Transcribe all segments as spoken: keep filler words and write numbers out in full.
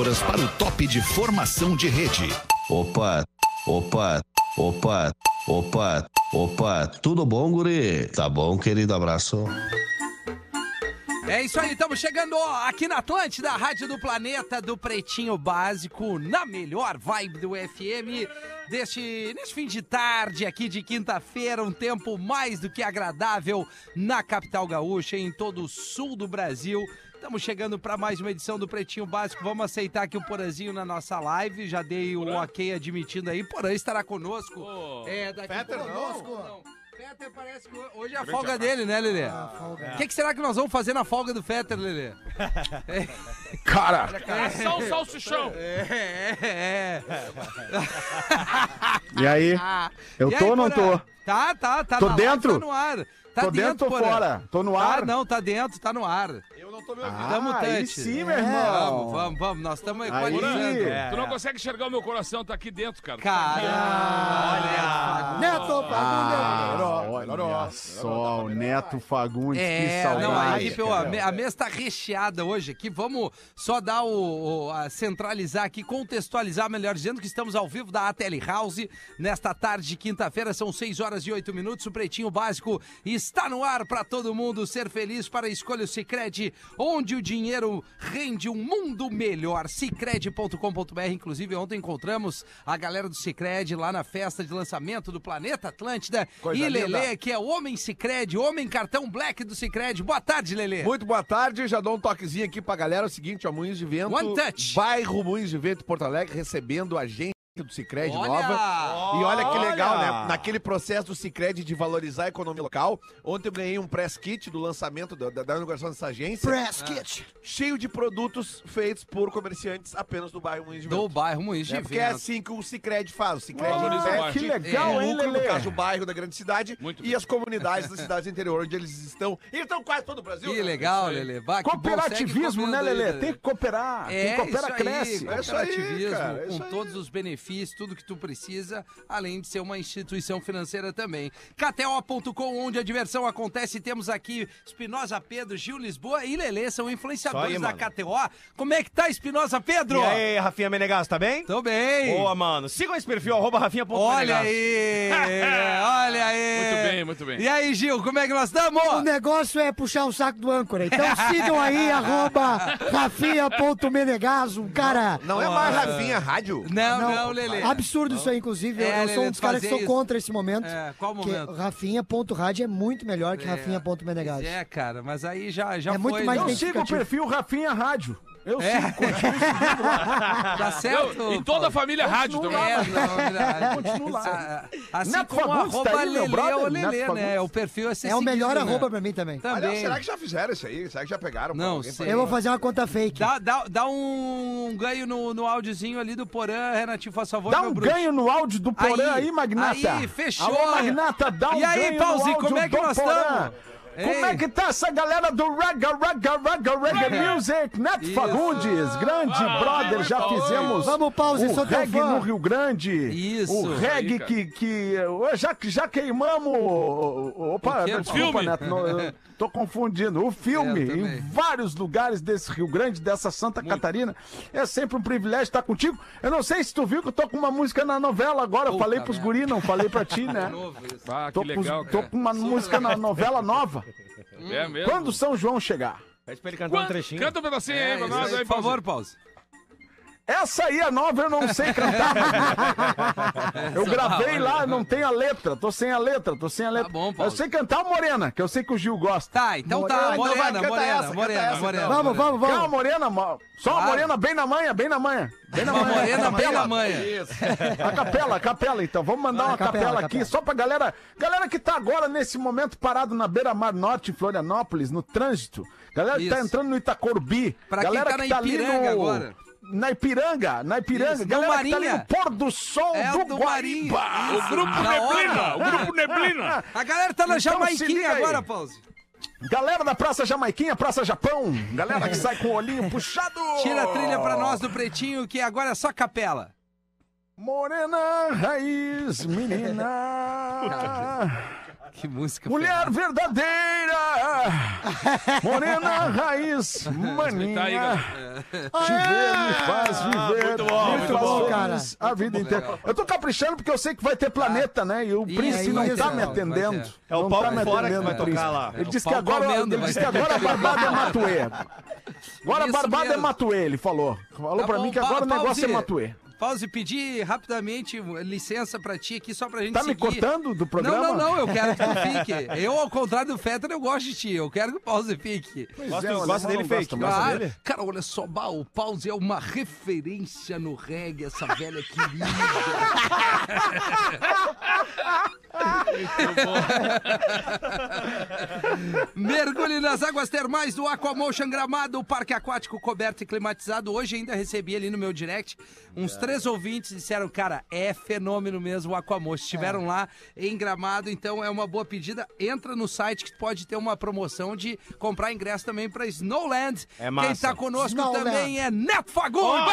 emissoras para o top de formação de rede. Opa, opa, opa, opa, opa, tudo bom, guri? Tá bom, querido, abraço. É isso aí, estamos chegando aqui na Atlântida, a Rádio do Planeta, do Pretinho Básico, na melhor vibe do F M, deste, neste fim de tarde aqui de quinta-feira, um tempo mais do que agradável na capital gaúcha, em todo o sul do Brasil. Estamos chegando para mais uma edição do Pretinho Básico. Vamos aceitar aqui o Porazinho na nossa live. Já dei o ok admitindo aí. Porã estará conosco. Oh, é, daqui Peter, conosco. não. não. Fetter parece que hoje é a folga dele, né, Lelê? O que, que será que nós vamos fazer na folga do Fetter, Lelê? É. Cara! Ação salsichão! É, é, é. E aí? Eu e tô aí, ou não tô? Tá, tá, tá. Tô na dentro? Live, tá no ar. Tá tô dentro, dentro ou fora? Tô no ar? Tá, não, tá dentro, tá no ar. Eu não tô me ouvindo. Ah, Tamo aí touch. sim, meu É, irmão. Vamos, vamos, vamos. Nós estamos Aí. equalizando. É. Tu não consegue enxergar o meu coração, tá aqui dentro, cara. Cara, olha. Neto Ah, Fagundes. olha só, o Neto Fagundes, que É, saudade. não, a equipe, ó, a, cara. me- a mesa tá recheada hoje aqui. Vamos só dar o, o- a centralizar aqui, contextualizar, melhor dizendo, que estamos ao vivo da A T L House nesta tarde de quinta-feira, são seis horas e oito minutos. O Pretinho Básico está no ar para todo mundo ser feliz. Para a escolha o Sicredi, onde o dinheiro rende um mundo melhor. Sicredi ponto com ponto br. Inclusive, ontem encontramos a galera do Sicredi lá na festa de lançamento do Planeta Atlântida. Coisa e Lelê, linda. que é o homem Sicredi, homem cartão black do Sicredi. Boa tarde, Lelê. Muito boa tarde, já dou um toquezinho aqui pra galera, é o seguinte, ó, Moinhos de Vento, One touch. bairro Moinhos de Vento, Porto Alegre, recebendo a gente do Sicredi Olha! nova. E olha que legal, Olha! né? Naquele processo do Sicredi de valorizar a economia local, ontem eu ganhei um press kit do lançamento da, da, da inauguração dessa agência. Press Kit. Cheio de produtos feitos por comerciantes apenas do bairro Moinhos de Vento. Do bairro Moinhos de É porque é Vento. assim que o Sicredi faz. O Sicredi Valoriza o investe bairro. Que legal, no hein, lucro, Lelê? no caso, o bairro da grande cidade Muito e bem. as comunidades das cidades do interior onde eles estão. E estão quase todo o Brasil. Que né? legal, Lelê. Bah, que bom, segue Cooperativismo, né, comendo aí, Lelê? Tem que cooperar. É, Quem coopera, isso aí, cresce. É isso aí, cooperativismo, cara, é com isso aí. todos os benefícios, tudo que tu precisa, além de ser uma instituição financeira também. K T O ponto com, onde a diversão acontece. Temos aqui Espinosa Pedro, Gil Lisboa e Lelê, são influenciadores Isso aí, da mano. K T O. Como é que tá, Espinosa Pedro? E aí, Rafinha Menegas, tá bem? Tô bem. Boa, mano. Sigam esse perfil, arroba rafinha.menegas. Olha aí, olha aí. Muito bem, muito bem. E aí, Gil, como é que nós estamos? O negócio é puxar o saco do âncora. Então sigam aí, arroba rafinha.menegas, um cara... Não é mais Rafinha Rádio? Não, não, Lelê. Absurdo isso aí, inclusive. Eu- É, eu Lelê, sou um dos tu caras que fazer sou isso. contra esse momento. É, qual Que momento? rafinha.rádio é muito melhor que É. rafinha.menegas. É, cara, mas aí já, já É foi. muito mais não, Eu sigo o identificativo. perfil Rafinha Rádio. Eu É. sigo, continuo seguindo lá. Tá certo? Não, e toda a família rádio Continua também. lá. É, não, não, Continua lá. a- Assim Neto como Fagundes arroba tá aí, meu Lelê brother, é o Neto Lelê, né? Fagundes. O perfil é ser É o melhor seguido, né? arroba pra mim também. Aliás, Também. será que já fizeram isso aí? Será que já pegaram? Não Alguém sei. pra- Eu vou fazer uma conta fake. Dá, dá, dá um ganho no, no áudiozinho ali do Porã, Renatinho, faz favor, Dá meu um bruxo. ganho no áudio do Porã aí, Magnata. Aí, fechou. Alô, Magnata, dá um E aí, ganho Pause, no áudio como é que do nós Porã. estamos? Como Ei. é que tá essa galera do Reggae, Reggae, Reggae, Reggae Music? Neto Isso. Fagundes, grande Ah, brother, já Paulo. fizemos Vamos, Pause, o sou teu reggae fã. no Rio Grande. Isso. O reggae Aí, cara. que, que já, já queimamos... Opa, O quê, desculpa, Filme. Neto, não, eu tô confundindo. O filme, É, eu também. em vários lugares desse Rio Grande, dessa Santa Catarina. É sempre um privilégio estar contigo. Eu não sei se tu viu que eu tô com uma música na novela agora. Eu Puta falei pros merda. guri, não falei pra ti, né? Novo isso. Ah, que Tô, com- legal, tô cara. com uma música na novela nova. É mesmo. Quando São João chegar. Pede pra ele cantar um Quando- trechinho. Canta um pedacinho É, aí pra isso nós, aí, aí, por favor, Pause. Essa aí é nova, eu não sei cantar. Eu gravei lá, não tem a letra. Tô sem a letra, tô sem a letra. bom, Paulo. Eu sei cantar o Morena, que eu sei que o Gil gosta. Tá, então tá, Ah, então vai, Morena, canta Morena, essa, canta Morena, essa, Morena. Vamos, vamos, Quer uma vamos. morena? mo- Só uma Claro. morena bem na manha, bem na manha. Bem na Uma manha. morena bem Capela. na manha. A capela, a capela, então. Vamos mandar uma capela, capela, capela. aqui, só pra galera. Galera que tá agora, nesse momento, parado na beira-mar norte, em Florianópolis, no trânsito. Galera que tá Isso. entrando no Itacorbi. Pra quem galera tá na que tá ali Ipiranga no... agora. Na Ipiranga, na Ipiranga. Isso, do galera que tá ali Marinha. no pôr do sol É do, o do Marinho. Guaíba. Isso. O grupo Na Neblina, hora. o grupo Neblina. A galera tá na Então se Jamaiquinha liga aí. agora, Pause. Galera da Praça Jamaiquinha, Praça Japão. Galera que sai com o olhinho puxado. Tira a trilha pra nós do Pretinho, que agora é só capela. Morena, raiz, menina. Que música. Mulher verdadeira, morena raiz, maninha, Tá aí, galera. te ver me faz viver. muito bom, me muito faz bom, feliz cara. A vida inteira. Eu tô caprichando porque eu sei que vai ter planeta, né? E o Isso, Príncipe não isso, tá me vai atendendo. ter. É o Não palco tá me fora que atendendo, vai tocar Príncipe. lá. Ele É o disse que pau agora, comendo, ele vai disse ter. que agora a barbada é Matuê. Agora a Isso barbada é mesmo. Matuê, ele falou. Falou Tá pra bom, mim que pa- agora o negócio pause. é Matuê. Pause, pedir rapidamente licença pra ti aqui, só pra gente Tá seguir. me cortando do programa? Não, não, não, eu quero que tu fique. Eu, ao contrário do Fetter, eu gosto de ti. Eu quero que o Pause fique. Pois Gosta- é, o gosta alemão dele não fake, gosta gosta mais. dele? Cara, olha só, bah, o Pause é uma referência no reggae, essa velha querida. Mergulhe nas águas termais do Aquamotion Gramado, o parque aquático coberto e climatizado. Hoje ainda recebi ali no meu direct uns três ouvintes disseram, cara, é fenômeno mesmo o Aquamotion. Estiveram lá em Gramado, então é uma boa pedida. Entra no site que pode ter uma promoção de comprar ingresso também para Snowland. É massa. Quem tá conosco Snowland. também é Neto Fagundes.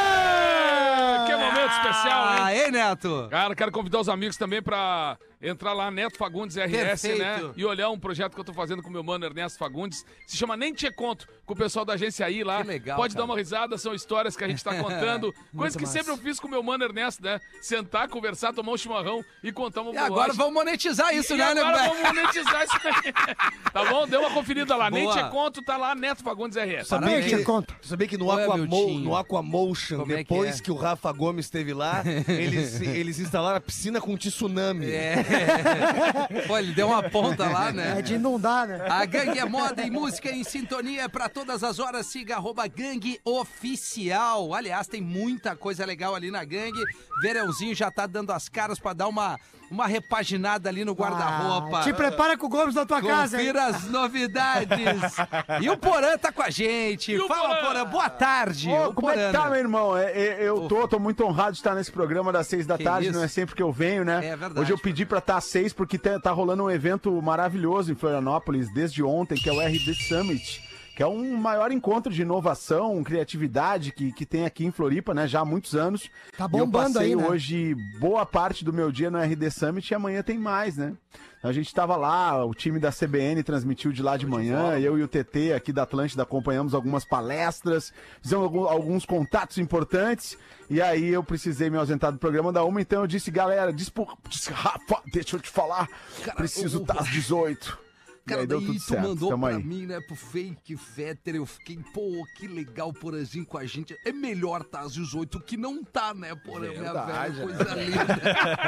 Que momento especial, hein? Aê, Neto. Cara, quero convidar os amigos também pra entrar lá, Neto Fagundes R S, Perfeito. né? E olhar um projeto que eu tô fazendo com o meu mano Ernesto Fagundes. Se chama Nem Te Conto, com o pessoal da agência aí lá. Que legal, Pode cara. dar uma risada, são histórias que a gente tá contando. Coisa que massa. sempre eu fiz com o meu mano Ernesto, né? Sentar, conversar, tomar um chimarrão e contar uma E agora bobagem. vamos monetizar isso, E né, agora né? vamos monetizar isso aí. Tá bom? Dê uma conferida lá. Nem Boa. Te Conto, tá lá, Neto Fagundes R S. Sabia Parabéns. que te conto. Tu sabia que no, Ué, Aquamo, Miltinho. no Aquamotion, Como é que depois é? que, o Rafa Gomes esteve lá, eles, eles instalaram a piscina com tsunami. É. Pô, ele deu uma ponta lá, né? É de inundar, né? A Gangue é moda e música em sintonia pra todas as horas. Siga arroba Gangue Oficial. Aliás, tem muita coisa legal ali na Gangue. Verãozinho já tá dando as caras pra dar uma, uma repaginada ali no guarda-roupa. Ah, te prepara com o Gomes na tua casa, hein? Confira as novidades. E o Porã tá com a gente. o Fala, Porã? Porã. Boa tarde. Ô, O como é que Porã, tá, né? meu irmão? É, é, eu tô, tô muito honrado de estar nesse programa das seis da Que tarde, isso. não é sempre que eu venho, né? É verdade, Hoje eu pedi pra estar às seis porque tá, tá rolando um evento maravilhoso em Florianópolis desde ontem, que é o R D Summit, que é um maior encontro de inovação, criatividade que, que tem aqui em Floripa, né? Já há muitos anos. Tá E eu bombando passei aí, né? hoje boa parte do meu dia no R D Summit e amanhã tem mais, né? A gente tava lá, o time da C B N transmitiu de lá de manhã, eu e o T T aqui da Atlântida acompanhamos algumas palestras, fizemos algum- alguns contatos importantes, e aí eu precisei me ausentar do programa da uma, então eu disse, galera, disse, pro- disse Rafa, deixa eu te falar, preciso o- estar às dezoito. E Cara, aí deu daí tudo tu certo, mandou tamo pra aí. mim, né, pro Fake Fetter, eu fiquei, pô, que legal, Porãzinho com a gente. É melhor tá às dezoito que não tá, né, Porã, minha Verdade, velha, coisa linda.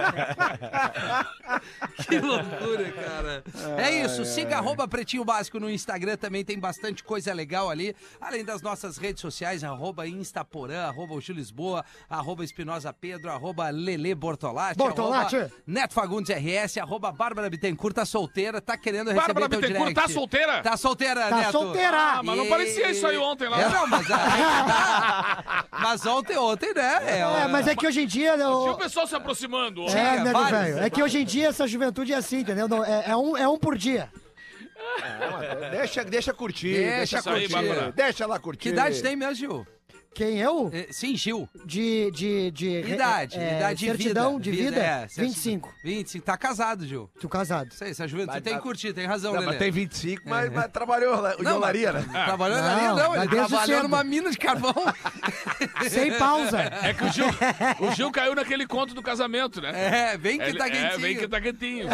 Que loucura, cara. É isso, siga arroba Pretinho Básico no Instagram, também tem bastante coisa legal ali, além das nossas redes sociais, arroba Instaporã, arroba o Gil Lisboa, arroba Espinosa Pedro, arroba Lele Bortolatti, Bortolatti. arroba Neto Fagundes R S, arroba Bárbara Bittencourt, tá solteira, tá querendo receber Bárbara teu Bittencourt direct. tá solteira? Tá solteira, Tá Neto. solteira. Ah, mas não parecia isso aí ontem lá. É, não, mas, ah, mas ontem, ontem, né? É, É, mas é que hoje em dia... Tinha o Eu... pessoal se aproximando. ó. É, nego vários, velho. É que hoje em dia essa juventude é assim, entendeu? Não, é, é um, é um por dia. Deixa, deixa curtir, Deixa deixa, isso aí, curtir. Bárbara. Deixa lá curtir. Que idade tem mesmo, Gil? Quem eu? É, sim, Gil. De, de, de... Idade, é, idade de vida. certidão de vida? é, vinte e cinco. vinte e cinco. Tá casado, Gil. Tô casado. Isso aí, essa juventude Mas tem tá- que curtir, tem razão, Não, Lelê. mas tem vinte e cinco, mas, mas trabalhou lá, Não, em olaria, mas- né? Trabalhou Não, na linha, não, ele mas desde trabalhou cedo. numa mina de carvão. Sem pausa. É que o Gil, o Gil caiu naquele conto do casamento, né? É, vem que Ele- tá é, quentinho. vem que tá quentinho.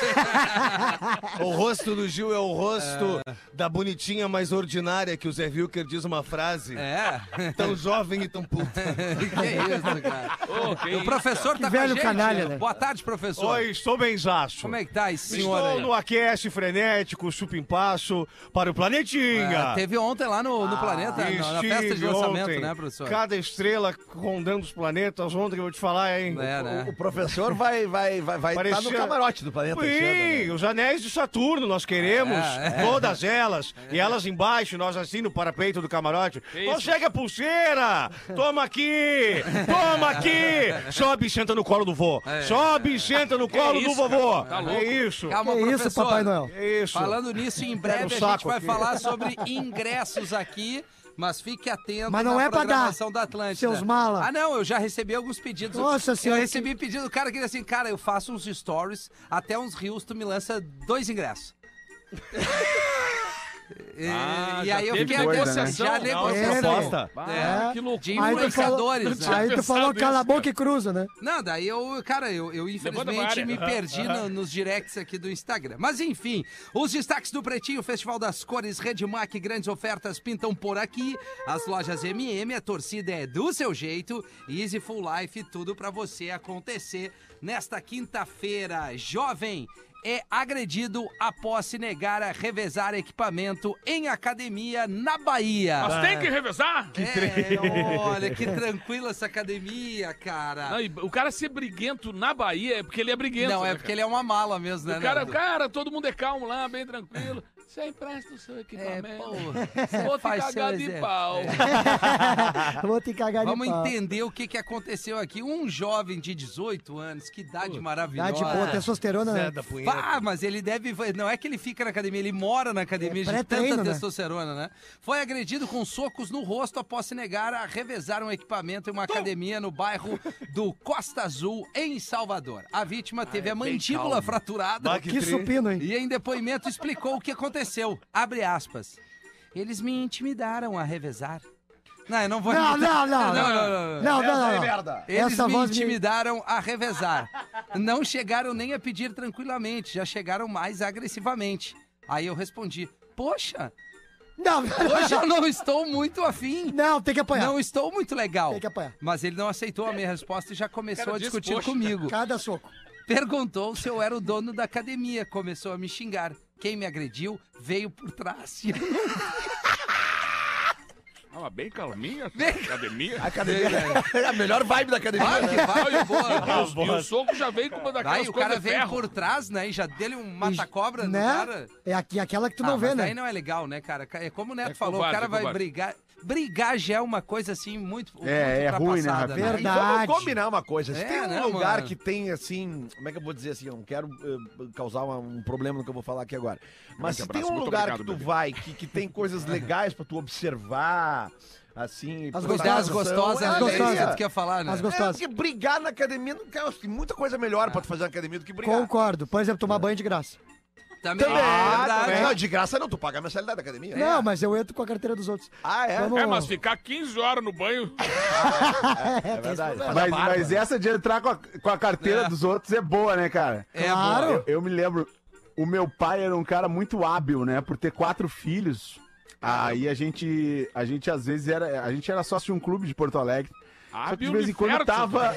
O rosto do Gil é o rosto da bonitinha mais ordinária, que o Zé Wilker diz uma frase. É. Tão jovem e tão puta. Que isso, cara. Ô, que O professor tá Que velho com a gente. canalha, né? Boa tarde, professor. Oi, estou benzaço. Como é que tá esse senhor Estou aí? no aquece frenético, chupimpasso para o planetinha. Ah, teve ontem lá no, no Planeta, na, na festa de Estive lançamento, ontem. né, professor? Cada estrela rondando os planetas. Ontem que eu vou te falar, hein? É, né? O professor vai vai vai vai Parecia- tá no camarote do planeta. esse ano, Sim, né? os anéis de Saturno nós queremos, É, é. todas elas, e elas embaixo, nós assim no parapeito do camarote. Não isso? chega a pulseira! Toma aqui! Toma aqui! Sobe e senta no colo do vô. É. Sobe e senta no colo do isso, vovô. cara? Tá louco? É isso. Calma, Que isso, professor. Papai Noel? É isso. Falando nisso, em breve Pega a o gente saco vai aqui. falar sobre ingressos aqui. Mas fique atento Mas não na é pra programação dar, da Atlântida. seus mala. Ah, não, eu já recebi alguns pedidos. Nossa eu senhora, recebi pedido do cara que disse assim, cara, eu faço uns stories, até uns rios, tu me lança dois ingressos. E, Ah, e já aí eu teve fiquei negociação. já Não, negociação. proposta. Ah, É, que loucura. de Aí tu falou- influenciadores, né? Aí tu pensado falou cala a isso, boca e cruza, né? Não, daí eu, cara, eu, eu Levanta pra infelizmente área. me perdi no- nos directs aqui do Instagram. Mas enfim, os destaques do Pretinho, Festival das Cores, Redmac, grandes ofertas pintam por aqui. As lojas M e M, a torcida é do seu jeito. Easy Full Life, tudo pra você acontecer nesta quinta-feira. Jovem é agredido após se negar a revezar equipamento em academia na Bahia. Mas tem que revezar? É, olha, que tranquila essa academia, cara. Não, e o cara ser briguento na Bahia é porque ele é briguento. Não, é né, porque cara? ele é uma mala mesmo, né? O cara, Nando? cara, todo mundo é calmo lá, bem tranquilo. Você empresta o seu É, equipamento. pô, Vou te faz cagar seu de exército. pau. Vou te cagar de Vamos pau. entender o que, que aconteceu aqui. Um jovem de dezoito anos, que idade maravilhosa. Dá de boa, testosterona, né? Zé da punheta. Ah, mas ele deve. Não é que ele fica na academia, ele mora na academia É de tanta pré-treino, né? testosterona, né? Foi agredido com socos no rosto após se negar a revezar um equipamento em uma academia no bairro do Costa Azul, em Salvador. A vítima teve a mandíbula fraturada. Bah, Que supino, hein? E em depoimento explicou o que aconteceu. Abre aspas. Eles me intimidaram a revezar. Não, eu não vou Não, imitar. não, não. não, não, não. Não, não, não, não. Eles Essa me voz me- intimidaram a revezar. Não chegaram nem a pedir tranquilamente, já chegaram mais agressivamente. Aí eu respondi, poxa, Não, hoje eu não estou muito afim. não, tem que apanhar. Não estou muito legal. Tem que apanhar. Mas ele não aceitou a minha resposta e já começou Cara, a disse, discutir "Poxa." comigo. Cada soco. Perguntou se eu era o dono da academia. Começou a me xingar. Quem me agrediu veio por trás. E eu não Ah, mas bem calminha, Bem- academia. Academia. É a melhor vibe da academia. Ah, que vibe boa. E o soco já veio com uma daquelas Daí o coisas cara de veio ferro. por trás, né? E já dele um mata-cobra no né? cara. É aqui, aquela que tu Ah, não vê, mas né? daí não é legal, né, cara? É como o Neto É falou, covarde, o cara é vai covarde. brigar. Brigar já é uma coisa assim muito. muito É, é ruim, né, ultrapassada, Rafinha? Verdade. E vamos combinar uma coisa. Se É, tem um né, lugar mano? que tem, assim... Como é que eu vou dizer assim? Eu não quero eh, causar uma- um problema no que eu vou falar aqui agora. Mas Grande se tem abraço, um muito lugar obrigado, que tu bebê. vai, que, que tem coisas legais pra tu observar, assim... As prestar As gostosas. atenção, gostosas, é As né? gostosas. Isso que tu quer falar, né? As É, gostosas. porque brigar na academia, não quero, tem muita coisa melhor pra tu fazer na academia do que brigar. Concordo. Por exemplo, tomar banho de graça. Também, Também, é verdade. também. Não, de graça não, tu paga a mensalidade da academia. Não, mas eu entro com a carteira dos outros. Ah, é? Vamos- É, mas ficar quinze horas no banho. É verdade. Faz a Mas, barba. mas essa de entrar com a, com a carteira É. dos outros é boa, né, cara? É Claro. boa. Eu, eu me lembro, o meu pai era um cara muito hábil, né? Por ter quatro filhos. Aí a gente, a gente às vezes era, a gente era sócio de um clube de Porto Alegre. Só que de Hábil vez e em quando fértil. tava.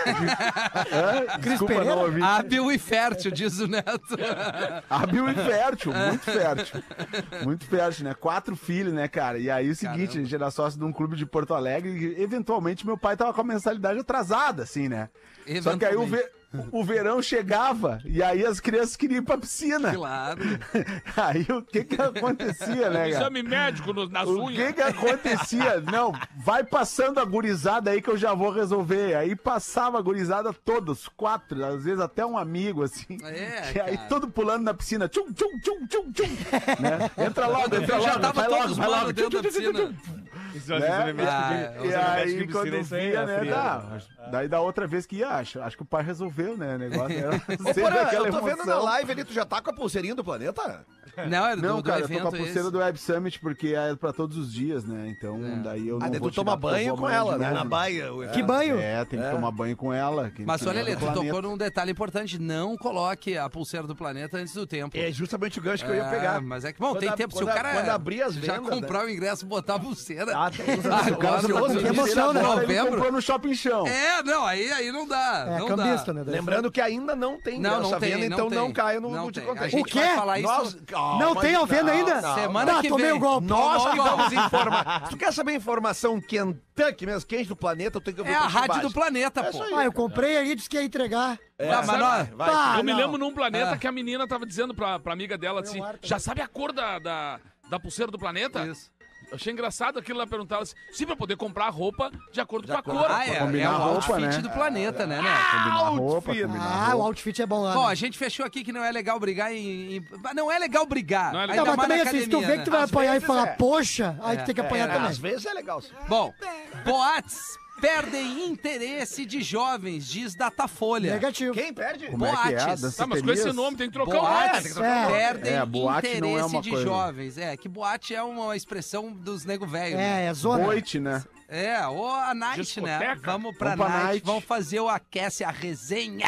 Hã? Desculpa, Pereira? não ouvi. Hábil e fértil, diz o Neto. Hábil e fértil, muito fértil. Muito fértil, né? Quatro filhos, né, cara? E aí o seguinte, Caramba. a gente era sócio de um clube de Porto Alegre e eventualmente meu pai tava com a mensalidade atrasada, assim, né? Só que aí o, ve- o verão chegava e aí as crianças queriam ir pra piscina. Claro. Aí o que que acontecia, né, cara? Exame médico no- nas O unhas. que que acontecia? Não, vai passando a gurizada aí que eu já vou resolver. Aí passava a gurizada todos, quatro, às vezes até um amigo, assim. É, E aí cara. todo pulando na piscina. Tchum, tchum, tchum, tchum, tchum. Né? Entra logo, entra Já logo, tava vai todos logo, vai mano logo. dentro Tchum, da tchum, tchum, piscina. tchum. Isso, Né? Ah, E aí, quando via, né, dá. Daí da outra vez que ia, acho, acho que o pai resolveu, né, o negócio. Era Ô, sempre Porã, aquela eu tô vendo na emoção. live ali, tu já tá com a pulseirinha do planeta? Não, era Não, do, do cara, eu tô evento com a pulseira esse. do Web Summit porque é pra todos os dias, né? Então, É. daí eu Ah, não daí vou tu toma tirar, porque eu banho vou com amanhã ela, de né? novo. Na baia. o- Que banho? É, tem que tomar banho com ela. que Mas olha, senão Lê, é tu planeta. tocou num detalhe importante. Não coloque a pulseira do planeta antes do tempo. É justamente o gancho que eu ia É, pegar. Mas é que, bom, Quando tem a- tempo. Se o quando a- cara quando abrir as já vendas, comprar o ingresso e botar a pulseira. Ah, tem os Agora, O cara já tá com outro- Que emoção, né? agora, ele Novembro. comprou no Shopping Chão. É, não, aí, aí não dá. É não cambista, dá. né? Daí. Lembrando que ainda não tem Não, ingresso não à tem, venda, não então tem. não caia no, Não no Te tem. A Contei. gente O quê? vai falar isso. Nós, Não tem à venda ainda? Semana Tá, que tomei vem. o golpe. Nós que Não, não. vamos informar. Se tu quer saber a informação Kentucky, mesmo quente do planeta, eu tenho que ouvir É a o Pretinho rádio do Básico. planeta, É pô. isso aí. Ah, eu comprei aí, disse que ia entregar. É, Tá, mas vai, nós- vai, Tá, Eu me não. lembro num planeta É. que a menina tava dizendo pra, pra amiga dela assim: ar também. já sabe a cor da, da, da pulseira do planeta? Isso. Eu achei engraçado aquilo lá, perguntar assim, sim, pra poder comprar roupa de acordo com a acordo. cor. Ah, é, é combinar o a roupa, outfit né? do planeta, né, né? Combinar a roupa, combinar a Ah, o roupa. outfit é bom lá. Bom, né? a gente fechou aqui que não é legal brigar em... em- Não é legal brigar. Não é ainda legal. Não, mas mais também na assim, se tu academia, vê que tu vai né? apanhar e vezes falar, é. poxa, aí tu tem que apanhar É, também. às vezes é legal. sim. Bom, boates perdem interesse de jovens, diz Datafolha. Negativo. Quem perde? Como é que é? Boates. Tá, mas com esse nome tem que trocar o Boates nome. tem que trocar o nome. perdem É, boate não é interesse uma de coisa. jovens. É, que boate é uma expressão dos nego velho. né? É, é zona. Noite, né? É, ou a night, né? Discoteca. Vamos pra, Vamos pra night, night. vamos fazer o aquece, a resenha.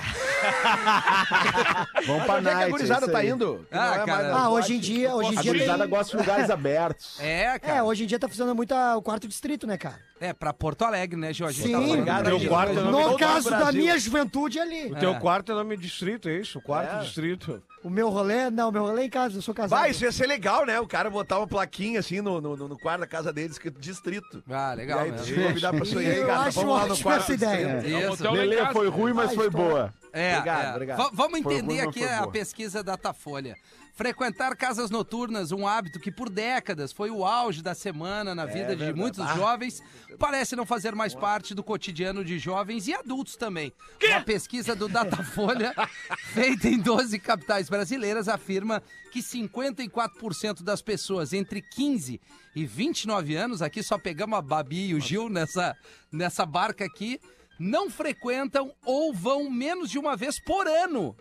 Vamos pra Onde é que a night. gurizada isso tá aí. indo? Que Ah, não é cara. mais Ah, na hoje em boate. dia, hoje em A dia gurizada tem... gosta de lugares abertos. É, cara. É, hoje em dia tá funcionando muito a- o quarto distrito, né, cara? É, pra Porto Alegre, né, Jorge? Sim. Tá falando Obrigado, pra meu gente. quarto é nome No todo caso o da Brasil. minha juventude é ali. O teu É. quarto é nome de distrito, é isso? O quarto É. distrito. O meu rolê, não, meu rolê é em casa, eu sou casado. Vai, isso ia ser legal, né? O cara botar uma plaquinha assim no, no, no quarto da casa dele, escrito distrito. Ah, E legal aí mesmo. tu convidar a pessoa e aí, Eu cara, acho vamos lá no ótima quarto essa ideia. distrito. É um Isso. hotel lá em Lelê casa. foi ruim, mas Ah, foi história. boa. É, Obrigado, é. obrigado. Va- vamos Foi entender ruim, mas aqui foi a boa. pesquisa Datafolha. Frequentar casas noturnas, um hábito que por décadas foi o auge da semana na vida de verdade. muitos Ah. jovens, parece não fazer mais parte do cotidiano de jovens e adultos também. Uma pesquisa do Datafolha, feita em doze capitais brasileiras, afirma que cinquenta e quatro por cento das pessoas entre quinze e vinte e nove anos, aqui só pegamos a Babi e o Gil nessa, nessa barca aqui, não frequentam ou vão menos de uma vez por ano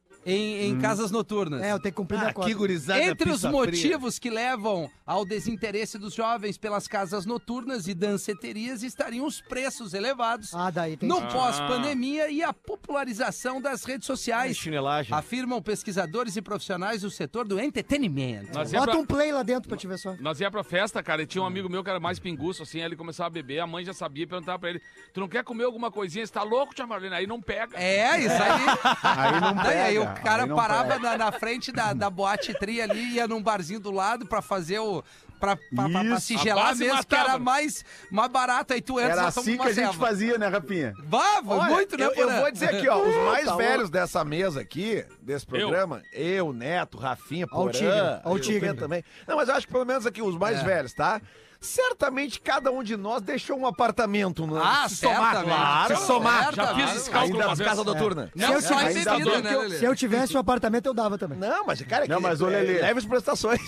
em, em casas noturnas. É, eu tenho que cumprir minha Ah, cota. que gurizada Entre os pizza motivos que levam ao desinteresse dos jovens pelas casas noturnas e danceterias estariam os preços elevados Ah, daí tem... no Ah. pós-pandemia e a popularização das redes É sociais, chinelagem. afirmam pesquisadores e profissionais do setor do entretenimento. Nós ia Bota pra- um play lá dentro pra te ver só. Nós ia pra festa, cara, e tinha um amigo meu que era mais pinguço, assim, aí ele começava a beber, a mãe já sabia, perguntava pra ele, tu não quer comer alguma coisinha? Você tá louco, tia Marlene? Aí não pega. É, isso aí. Aí não Daí pega. aí o cara aí não parava pega. na, na frente da, da boate tri ali, ia num barzinho do lado pra fazer o... Pra, pra, pra- pra Isso. se A gelar base mesmo, que matava. era mais, mais barato. Aí tu entra, Era só toma assim uma que a gente ceva. fazia, né, Rapinha? Vá, foi Olha, muito, né, eu, eu Porã? vou dizer aqui, ó, os mais tá velhos dessa mesa aqui, desse programa, eu, Neto, Rafinha, Ó o Porã, tigre, ó o o tigre. Pedro também. Não, mas eu acho que pelo menos aqui, os mais É. velhos, tá? Certamente cada um de nós deixou um apartamento. No, Ah, se somar, certamente. claro. Se somar. Certamente. Já fiz esse cálculo Ainda uma as vez. casas noturnas. Não, Se eu só em tivesse- bebida, ainda né, bem Lelê? Se eu tivesse um apartamento, eu dava também. Não, mas, cara, Não, que- mas, ô, é, Lelê. leve as prestações.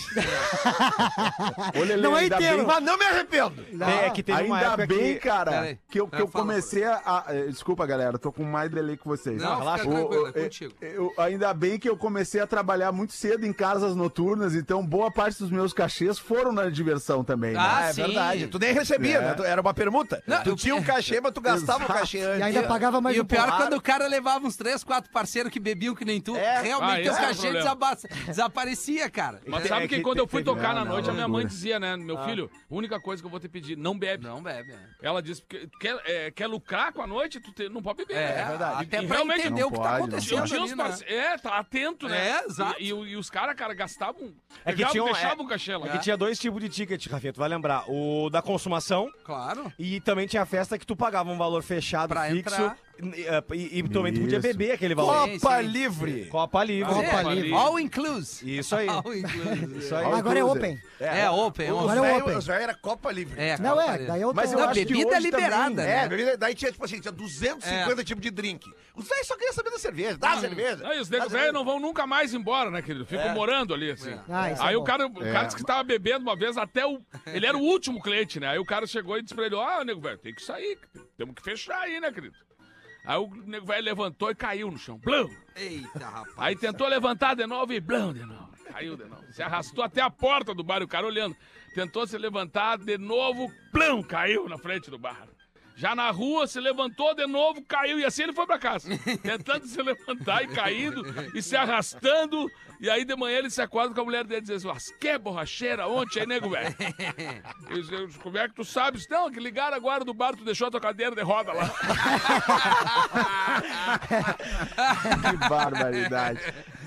Ô, Lelê, Não é ainda inteiro. bem- Mas não me arrependo. É que teve uma Ainda época bem, que... cara, Peraí. que eu, que É, eu fala, comecei a, a- eh, Desculpa, galera, eu tô com mais delay que vocês. Não, relaxa. fica O- tranquilo, o- é contigo. eu- ainda bem que eu comecei a trabalhar muito cedo em casas noturnas, então boa parte dos meus cachês foram na diversão também. né? Ah, é sim. verdade. Tu nem recebia, É. né? Tu- Era uma permuta. Não, tu eu- tinha um cachê, mas tu gastava o cachê antes. E ainda pagava mais E um o pior é pouco. quando o cara levava uns três, quatro parceiros que bebiam que nem tu, É. realmente Ah, teu esse é o cachê problema. desaba- desaparecia, cara. Mas É sabe que, que quando eu fui teve- tocar na não, noite, não, a minha loucura. mãe dizia, né, meu filho, a única coisa que eu vou te pedir, não bebe. Não bebe, é. Ela disse, porque tu quer, é, quer lucrar com a noite, tu te- não pode beber. É, né? verdade. Até E pra realmente entender o que não tá pode, não acontecendo Eu tinha ali, uns né? parce- É, tá atento, né? É, exato. E, e- e os caras, cara, gastavam. É que pegavam, tinha um- deixavam é- o cachê lá. É que tinha dois tipos de ticket, Rafinha, tu vai lembrar. O da consumação Claro. e também tinha a festa que tu pagava um valor fechado, Pra fixo. entrar. E, e, e também tu podia Isso. beber aquele valor. Sim, Copa sim. Livre. Copa livre. É, Copa Livre. all inclusive. Isso aí. All inclusive. Isso aí. Agora é Cruiser. open. É, open. Os Agora é velhos open. os velhos era Copa Livre. É, Não, Copa é, Livre. daí eu tô... Mas eu Não, acho que bebida hoje liberada, também- né? É, bebida- daí tinha, tipo assim, tinha duzentos e cinquenta tipos de drink. Os velhos só queriam saber da cerveja. Dá cerveja. Aí os dá negros cerveja. velhos não vão nunca mais embora, né, querido? Ficam morando ali, assim. Ah, isso é Aí o bom. cara, o cara disse que tava bebendo uma vez até o. Ele era o último cliente, né? Aí o cara chegou e disse pra ele: Ó, nego velho, tem que sair. Temos que fechar aí, né, querido? Aí o nego velho levantou e caiu no chão. Blum! Eita, rapaz. Aí tentou levantar de novo e blum de novo. Caiu de novo. Se arrastou até a porta do bar, e o cara olhando. Tentou se levantar de novo, blum! Caiu na frente do bar. Já na rua, se levantou de novo, caiu, e assim ele foi pra casa. Tentando se levantar e caindo, e se arrastando. E aí de manhã ele se acorda com a mulher dele e diz assim: "Mas que borracheira ontem, hein, nego, velho?" Eu disse: "Como é que tu sabes?" "Não, que ligaram agora do bar, tu deixou a tua cadeira de roda lá." Que barbaridade.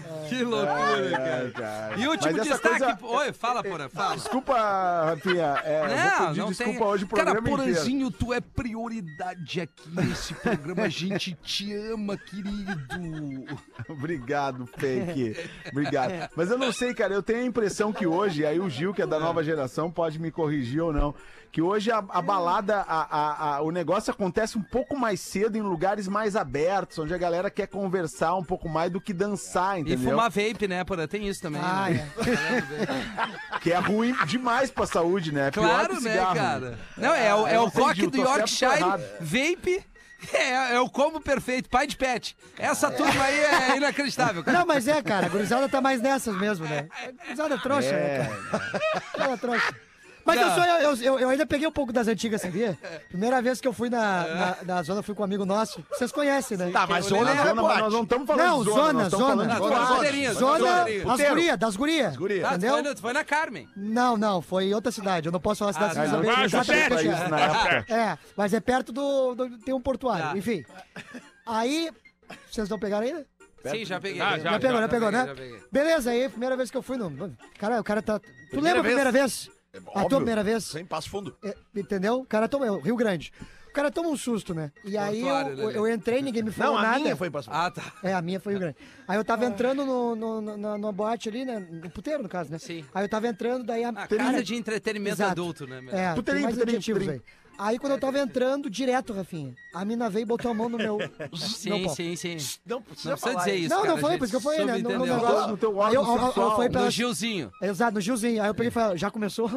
Que loucura, cara. cara. E o último Mas essa destaque... coisa- Oi, fala, Porã, fala. Desculpa, Rafinha. É, eu vou pedir desculpa tem... hoje o Cara, programa inteiro. Porãzinho, tu é prioridade aqui nesse programa. A gente te ama, querido. Obrigado, Fake. Obrigado. Mas eu não sei, cara, eu tenho a impressão que hoje, aí o Gil, que é da nova geração, pode me corrigir ou não, que hoje a, a balada, a, a, a, o negócio acontece um pouco mais cedo em lugares mais abertos, onde a galera quer conversar um pouco mais do que dançar, E entendeu? fumar vape, né, Porã? Tem isso também. Ah, né? Que é ruim demais pra saúde, né? É pior Claro, que né, cigarro. cara? Não, é, o- é Eu o não sei, coque Gil, do tô certo ou Yorkshire, errado? vape, é, é o combo perfeito, pai de pet. Essa turma aí é inacreditável, cara. Não, mas é, cara, a gurizada tá mais nessas mesmo, né? A gurizada é trouxa, É. né, cara? Gurizada trouxa. Mas eu, Não. sou, eu, eu, eu ainda peguei um pouco das antigas, sabia? Primeira vez que eu fui na, na, na zona, fui com um amigo nosso. Vocês conhecem, né? Tá, mas Eu zona lembro. não é Zona, mas nós boate. não estamos falando Não, de zona, zona, nós estamos zona. falando de Ah, tu boate. foi rodeirinha, Zona, rodeirinha. as gurias, das gurias. Gurias. Ah, tu Entendeu? foi, na- tu foi na Carmen. Não, não, foi em outra cidade. Eu não posso falar a cidade, Ah, vocês Mas vão não saber Baixa exatamente tinha onde isso é. na época. É, mas é perto do, do- tem um portuário, Tá. enfim. Aí, vocês não pegaram ainda? Sim, já peguei. Ah, Já, pegou, já pegou, peguei, né? já peguei. Beleza, aí, primeira vez que eu fui no... Cara, o cara tá... Tu Primeira lembra a primeira vez? A tua Óbvio. primeira vez? Sem passo fundo. É, entendeu? O cara toma... Rio Grande. O cara toma um susto, né? E aí Portuário, eu, Lelê. eu entrei, ninguém me falou Não, a nada. minha foi passo fundo. Ah, tá. É, a minha foi Rio Grande. Aí eu tava entrando no, no, no, na, numa boate ali, né? No puteiro, no caso, né? Sim. Aí eu tava entrando, daí a... A casa de entretenimento Exato. adulto, né? meu? É, Puteirinho, tem mais puteirinho, adjetivos puteirinho. aí. Aí quando eu tava entrando, direto, Rafinha, a mina veio e botou a mão no meu... meu Sim, pau. sim, sim. Não Não precisa precisa falar dizer isso. isso, Não, cara, não foi, a por isso que eu falei, né? No, no subentendeu. negócio. No teu Aí eu, órgão eu, eu, sexual. fui No pela... Gilzinho. Exato, no Gilzinho. Aí eu peguei e falei, já começou?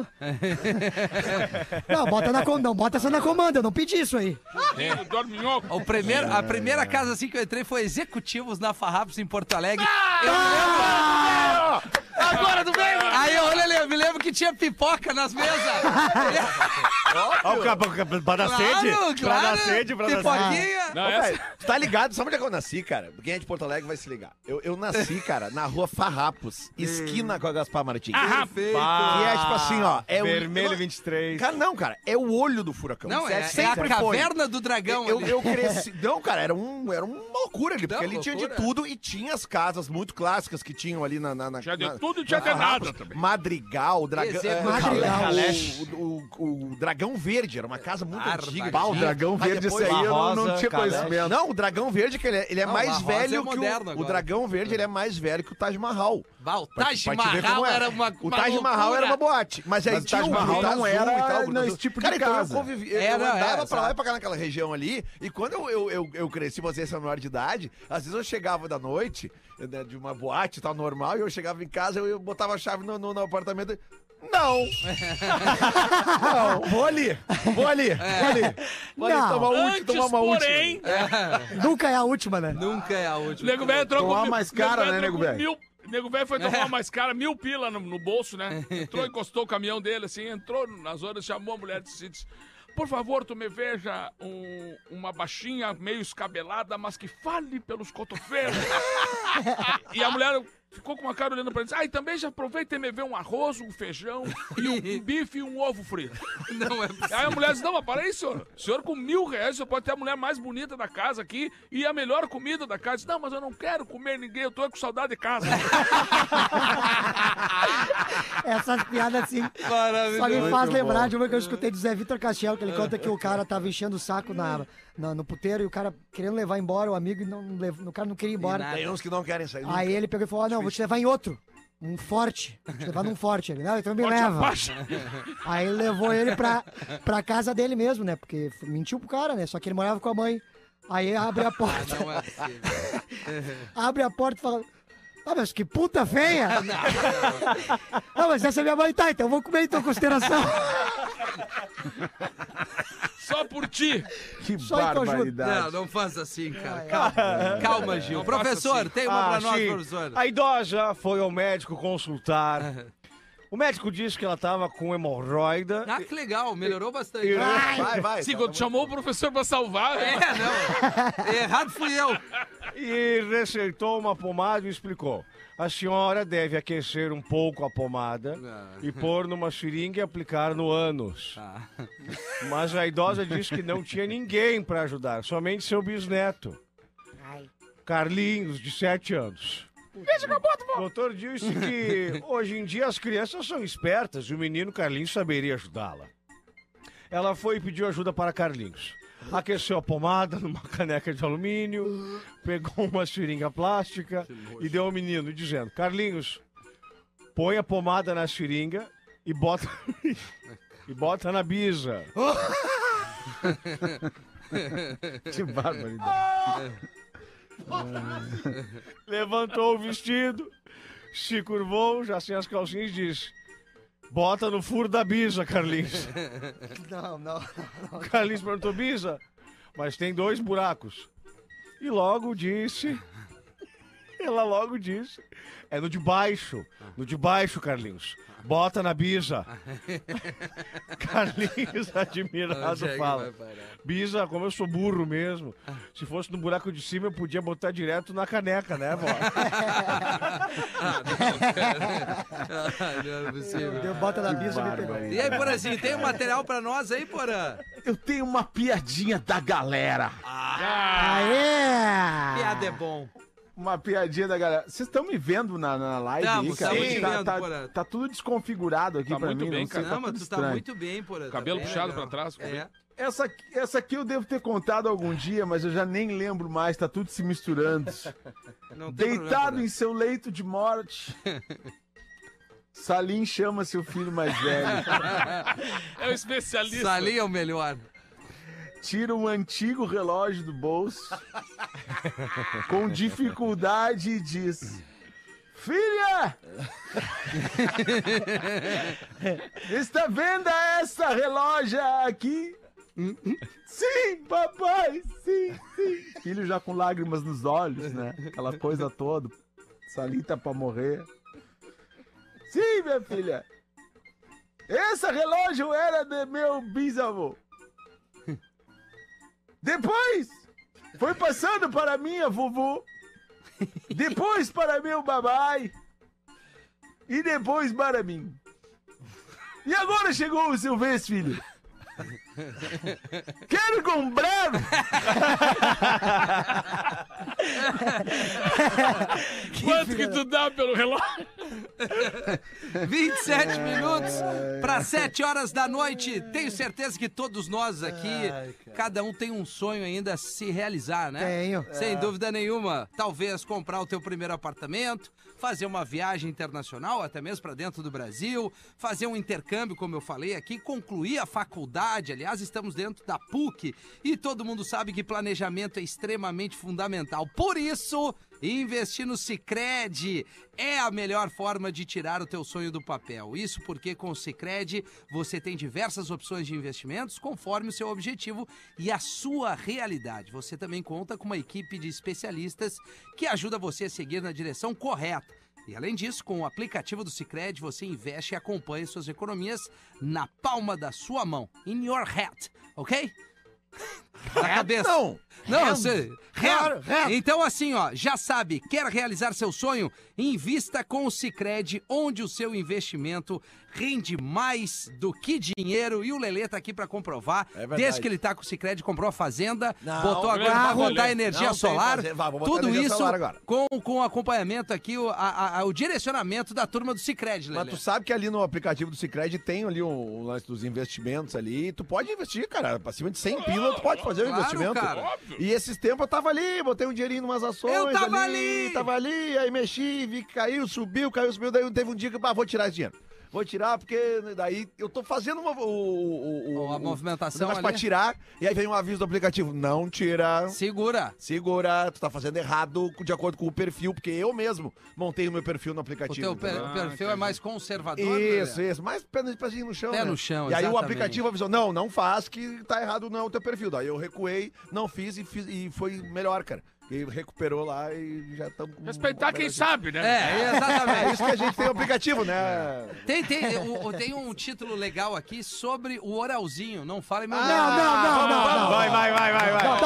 Não, bota na, com- não, bota essa na comanda, eu não pedi isso aí. Menino, dorminhoco. O primeiro, a primeira casa assim que eu entrei foi Executivos na Farrapos em Porto Alegre. Ah! Agora do bem! Aí eu, olha ali, eu me lembro que tinha pipoca nas mesas. Ó, o cabo- pra dar sede. Claro, Pra dar claro. sede, pra dar sede. Pipoquinha. Não, Ô, essa... velho, tu tá ligado? Sabe onde é que eu nasci, cara? Quem é de Porto Alegre vai se ligar. Eu, eu nasci, cara, na rua Farrapos, esquina com a Gaspar Martins. Ah, Que é tipo assim, ó. É o- Vermelho eu- vinte e três. Cara, não, cara. É o olho do furacão. Não, é, é a sempre foi. caverna do dragão Eu, ali. eu cresci. Não, cara, era, um, era uma loucura ali, porque Não, ali tinha de loucura. tudo e tinha as casas muito clássicas que tinham ali na. na, na Tinha de na- tudo e tinha na de Farrapos. nada também. Madrigal, dragão. Esse é é, Madrigal. o, o, o, o Dragão Verde, era uma casa muito Barba. antiga. Pá, o tinha. Dragão Aí Verde, esse depois- aí eu não, não Rosa, tinha Calé. conhecimento. Não, o Dragão Verde, que ele é, ele é Não, mais a Rosa velho é que moderno o, o agora. Dragão Verde, ele é mais velho que o Taj Mahal. Bah, o Pra- Taj pra te ver como Mahal é. era uma O uma Taj Mahal loucura. era uma boate. Mas aí Mas o tinha Taj um Mahal Gruta não Azul era e tal, Gruta nesse Azul. tipo de Cara, então casa. eu convivi, eu Era, andava é, pra lá sabe? e pra cá naquela região ali, e quando eu, eu, eu, eu cresci, você essa menor de idade, às vezes eu chegava da noite, né, de uma boate e tal, normal, e eu chegava em casa, eu, eu botava a chave no, no, no apartamento. Não! Não, vou ali, vou ali, vou ali. Vou ali Não. tomar um, Antes, tomar uma última. porém, Nunca é a última, né? Nunca é a o última. nego velho entrou Tomar com mil- mais cara, nego né, entrou nego com velho? mil- Nego velho foi tomar uma mais cara, mil pila no, no bolso, né? Entrou, encostou o caminhão dele, assim, entrou nas horas, chamou a mulher e disse: por favor, tu me veja um- uma baixinha meio escabelada, mas que fale pelos cotovelos. E a mulher ficou com uma cara olhando pra ele e disse: ah, e também já aproveita e me vê um arroz, um feijão, e um bife e um ovo frito. Não é possível. Aí a mulher disse: não, mas para aí, senhor. O senhor com mil reais, o senhor pode ter a mulher mais bonita da casa aqui e a melhor comida da casa. Disse: não, mas eu não quero comer ninguém, eu tô com saudade de casa. Essas piadas assim. Maravilhoso. Só me faz Muito lembrar bom. de uma que eu escutei do Zé Vitor Castiel, que ele conta que o cara tava enchendo o saco na, na- no puteiro e o cara querendo levar embora o amigo e não, não lev- o cara não queria ir embora. nada. Tem uns que não querem sair. Aí ele pegou e falou: ah, não, vou te levar em outro. Um forte. Vou te levar num forte. Ele, não, então me Forte leva. Apache. Aí ele levou ele pra, pra casa dele mesmo, né? Porque mentiu pro cara, né? Só que ele morava com a mãe. Aí abre a porta. Não é possível. Abre a porta e fala: ah, mas que puta feia! Não, mas essa é minha mãe, tá, então eu vou comer em tua consideração. Só por ti. Que Só aí que eu ajudo. barbaridade. Não, não faz assim, cara. Calma, calma Gil. Não faça Professor, assim. tem uma pra Ah, nós, sim. professor. A idosa foi ao médico consultar. O médico disse que ela estava com hemorroida. Ah, que legal, melhorou bastante. E- Vai, vai. Sim, tá, quando tá chamou o professor pra salvar. É, não. Errado fui eu. E receitou uma pomada e explicou: a senhora deve aquecer um pouco a pomada Ah. e pôr numa seringa e aplicar no ânus. Ah. Mas a idosa disse que não tinha ninguém para ajudar, somente seu bisneto, Carlinhos, de sete anos. Deixa que eu boto, pô. O doutor disse que hoje em dia as crianças são espertas e o menino Carlinhos saberia ajudá-la. Ela foi e pediu ajuda para Carlinhos. Aqueceu a pomada numa caneca de alumínio, pegou uma seringa plástica e deu ao menino, dizendo: Carlinhos, põe a pomada na seringa e bota, e bota na bisa. Que barbaridade. Levantou o vestido, se curvou, já sem as calcinhas, e disse: bota no furo da bisa, Carlinhos. Não, não, não. Carlinhos perguntou: bisa, mas tem dois buracos. E logo disse... Ela logo disse: é no de baixo, no de baixo, Carlinhos. Bota na bisa. Carlinhos, admirado, fala: bisa, como eu sou burro mesmo, se fosse no buraco de cima eu podia botar direto na caneca, né, vó? Não é possível. Deu bota na bisa e me pegou. E aí, Porazinho, tem um material pra nós aí, Porã? Eu tenho uma piadinha da galera. Aê! Piada é bom. Uma piadinha da galera. Vocês estão me vendo na, na live Tamo, aí, cara? tamo Hoje te tá, vendo, tá, Porã. tá tudo desconfigurado aqui Tá pra muito mim. bem, não sei, cara. tá Não, mas tudo tu tá estranho. muito bem, Porã. tá Cabelo bem puxado legal. pra trás, ficou É. bem. Essa, aqui- essa aqui eu devo ter contado algum dia, mas eu já nem lembro mais, tá tudo se misturando. Não tem Deitado problema, em seu leito de morte, Salim chama seu filho mais velho. É o especialista. Salim é o melhor. Tira um antigo relógio do bolso, com dificuldade e diz: filha! Está vendo essa relógio aqui? Sim, papai, sim, sim. Filho já com lágrimas nos olhos, né? Aquela coisa toda. Salim tá pra morrer. Sim, minha filha. Esse relógio era de meu bisavô. Depois foi passando para minha vovô. Depois para meu babai. E depois para mim. E agora chegou o seu vez, filho. Quero comprar. Quanto que tu dá pelo relógio? vinte e sete minutos para sete horas da noite. Tenho certeza que todos nós aqui, cada um tem um sonho ainda a se realizar, né? Tenho. Sem dúvida nenhuma. Talvez comprar o teu primeiro apartamento, fazer uma viagem internacional, até mesmo para dentro do Brasil, fazer um intercâmbio, como eu falei aqui, concluir a faculdade. Aliás, estamos dentro da P U C e todo mundo sabe que planejamento é extremamente fundamental. Por isso, investir no Sicredi é a melhor forma de tirar o teu sonho do papel. Isso porque com o Sicredi você tem diversas opções de investimentos conforme o seu objetivo e a sua realidade. Você também conta com uma equipe de especialistas que ajuda você a seguir na direção correta. E além disso, com o aplicativo do Sicredi, você investe e acompanha suas economias na palma da sua mão. In your hat, ok? Na cabeça. Não. Não, eu sei. Claro, Hand. Então assim, ó, já sabe, quer realizar seu sonho? Invista com o Sicredi, onde o seu investimento rende mais do que dinheiro. E o Lelê tá aqui pra comprovar. É verdade. Desde que ele tá com o Sicredi, comprou a fazenda, Não, botou agora grande pra rolê. botar energia Não tem solar. fazer- vá, vou botar Tudo energia isso solar agora. com, com acompanhamento aqui, o, a- a- a- o direcionamento da turma do Sicredi, Lelê. Mas tu sabe que ali no aplicativo do Sicredi tem ali o, o lance dos investimentos ali. Tu pode investir, cara. Pra cima de cem pila, tu pode fazer o Claro, investimento. cara. Óbvio. E esses tempos eu tava ali, botei um dinheirinho em umas ações. Eu tava ali. Tava ali, aí mexi, vi que caiu, subiu, caiu, subiu. Daí teve um dia que, ah, vou tirar esse dinheiro. Vou tirar porque daí eu tô fazendo uma, o, o, o, A o- movimentação o negócio pra ali. tirar. E aí vem um aviso do aplicativo. Não tira. Segura. Segura, tu tá fazendo errado de acordo com o perfil, porque eu mesmo montei o meu perfil no O aplicativo. teu per- entendeu? perfil é mais conservador, Isso, Lelê? isso. Mais pé pezinho no chão. Pé né? no chão, E aí o exatamente. aplicativo avisou: não, não faz, que tá errado não o teu perfil. Daí eu recuei, não fiz e, fiz, e foi melhor, cara. E recuperou lá e já estamos com. Respeitar quem melhor- sabe, né? É, É exatamente. isso que a gente tem o aplicativo, né? Tem, tem, o- o- tem um título legal aqui sobre o oralzinho. Não fale meu Não, nome. não, não, não, não. Vai, vai, vai, vai, vai. Não,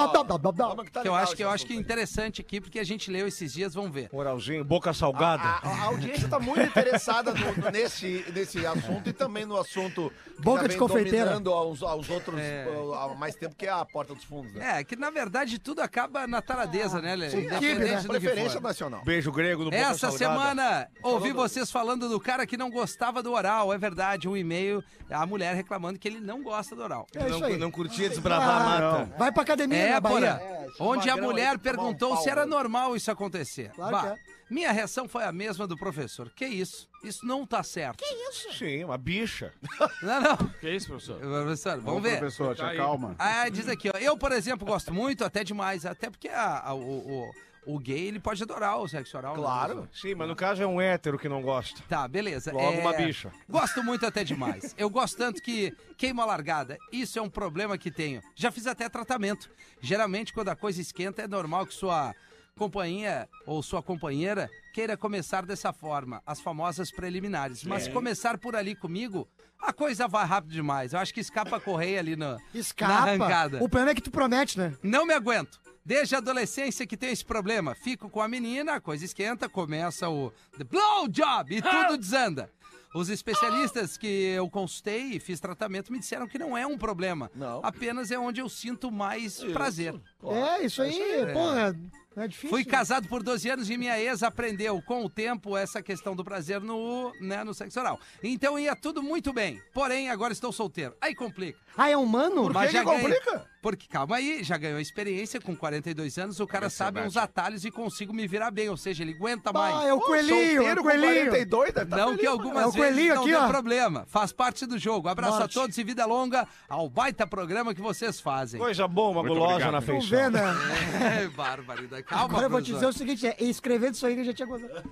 Calma que tá Que eu legal acho que eu esse acho que é assunto. interessante aqui, porque a gente leu esses dias, vamos ver. Moralzinho, boca salgada. A, a- a audiência tá muito interessada no- no- nesse, nesse assunto e também no assunto que Boca já de vem confeiteira. dominando aos, aos outros É. uh, há mais tempo, que é a Porta dos Fundos, né? É, que na verdade tudo acaba na taradeza, né, Lelê? sim, Independente né? do que Preferência for. nacional. Beijo grego no boca Essa salgada. semana ouvi Falando- vocês falando do cara que não gostava do oral. É verdade, um e-mail, a mulher reclamando que ele não gosta do oral. É isso Não, aí. não curtia desbravar a mata. Vai pra academia, É, na Bahia. porra. Onde a magrão mulher aí, tomar um perguntou pau, se era né? normal isso acontecer. Claro Bah, que é. minha reação foi a mesma do professor. Que isso? Isso não tá certo. Sim, uma bicha. Não, não. Que isso, professor? Professor, vamos Ô, ver. professor, te Tá aí. acalma. Ah, diz aqui, ó. Eu, por exemplo, gosto muito, até demais. Até porque a- a- o, o, o gay, ele pode adorar o sexo oral. né, Claro. professor? Sim, mas no caso é um hétero que não gosta. Tá, beleza. Logo É, uma bicha. Gosto muito até demais. Eu gosto tanto que queima a largada. Isso é um problema que tenho. Já fiz até tratamento. Geralmente, quando a coisa esquenta, é normal que sua companhia ou sua companheira queira começar dessa forma, as famosas preliminares. Mas começar por ali comigo, a coisa vai rápido demais. Eu acho que escapa a correia ali na, na Escapa. arrancada. O problema é que tu promete, né? Não me aguento. Desde a adolescência que tenho esse problema. Fico com a menina, a coisa esquenta, começa o the blow job e tudo desanda. Os especialistas que eu consultei e fiz tratamento me disseram que não é um problema. Não. Apenas é onde eu sinto mais prazer. É, isso aí, porra. Não é difícil. Fui casado por doze anos e minha ex aprendeu com o tempo essa questão do prazer no, né, no sexo oral. Então ia tudo muito bem. Porém, agora estou solteiro. Aí complica. Ah, é humano? Mas que já que ganhei- complica? Porque, calma aí, já ganhou experiência com quarenta e dois anos, o cara sabe uns atalhos e consigo me virar bem, ou seja, ele aguenta mais. Ah, é o coelhinho, é Solteiro o com coelhinho. quarenta e dois, deve tá Não feliz, que né? algumas É o vezes coelhinho não aqui, dê ó. problema. Faz parte do jogo. Abraço Norte. a todos e vida longa ao baita programa que vocês fazem. Coisa boa, uma Muito gulosa obrigado. na Vamos feição. ver, né? É, barbaridade. Calma, Agora eu vou te professor. dizer o seguinte, é, escrevendo isso aí que eu já tinha gostado.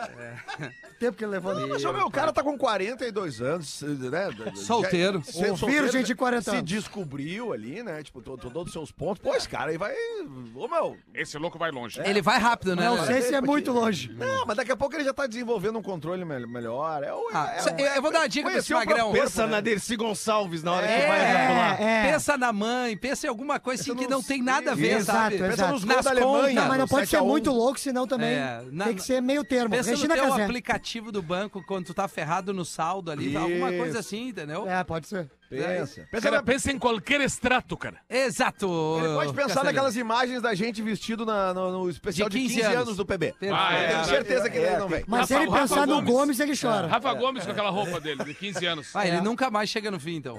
O tempo que ele levou. Mas, meu, o cara tá com quarenta e dois anos, né? Solteiro. Já- Ou virgem de quarenta Se anos. descobriu ali, né? Tipo, to- to- todos os seus pontos. Pô, esse cara aí vai... Ô, meu... Esse louco vai longe. Ele vai rápido, né? Não Lelê? sei se é muito longe. Não, mas daqui a pouco ele já tá desenvolvendo um controle me- melhor. É, o- Ah, é, cê- um- eu- eu vou dar uma dica pra esse conhecer o magrão. próprio Pensa corpo, na né? Dercy Gonçalves na hora É, que vai ejacular. é. Pensa na mãe, pensa em alguma coisa assim Pensa que não nos tem nada a ver, Exato, sabe? exato. Pensa nos gols Nas da Alemanha. contas. Não, mas não no pode sete a ser um. muito louco, senão também É, na- tem que ser meio termo. Pensa no Regina teu Casé. aplicativo do banco quando tu tá ferrado no saldo ali, alguma Isso. coisa assim, entendeu? É, pode ser. Pensa. Pensa Cara, na- pensa em qualquer extrato, cara. Exato. Ele pode pensar Castelhano. naquelas imagens da gente vestido na- no, no especial De de quinze quinze, anos. anos do P B. Perfeito. Ah, é. Tenho certeza que ele não vem. Mas se Rafa- ele Rafa pensar no Gomes. Gomes, ele chora. Rafa Gomes com aquela roupa dele, de quinze anos. Ah, ele É. nunca mais chega no fim, então.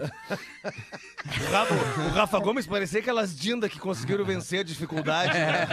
O Rafa, o Rafa Gomes parecia aquelas dindas que conseguiram vencer a dificuldade.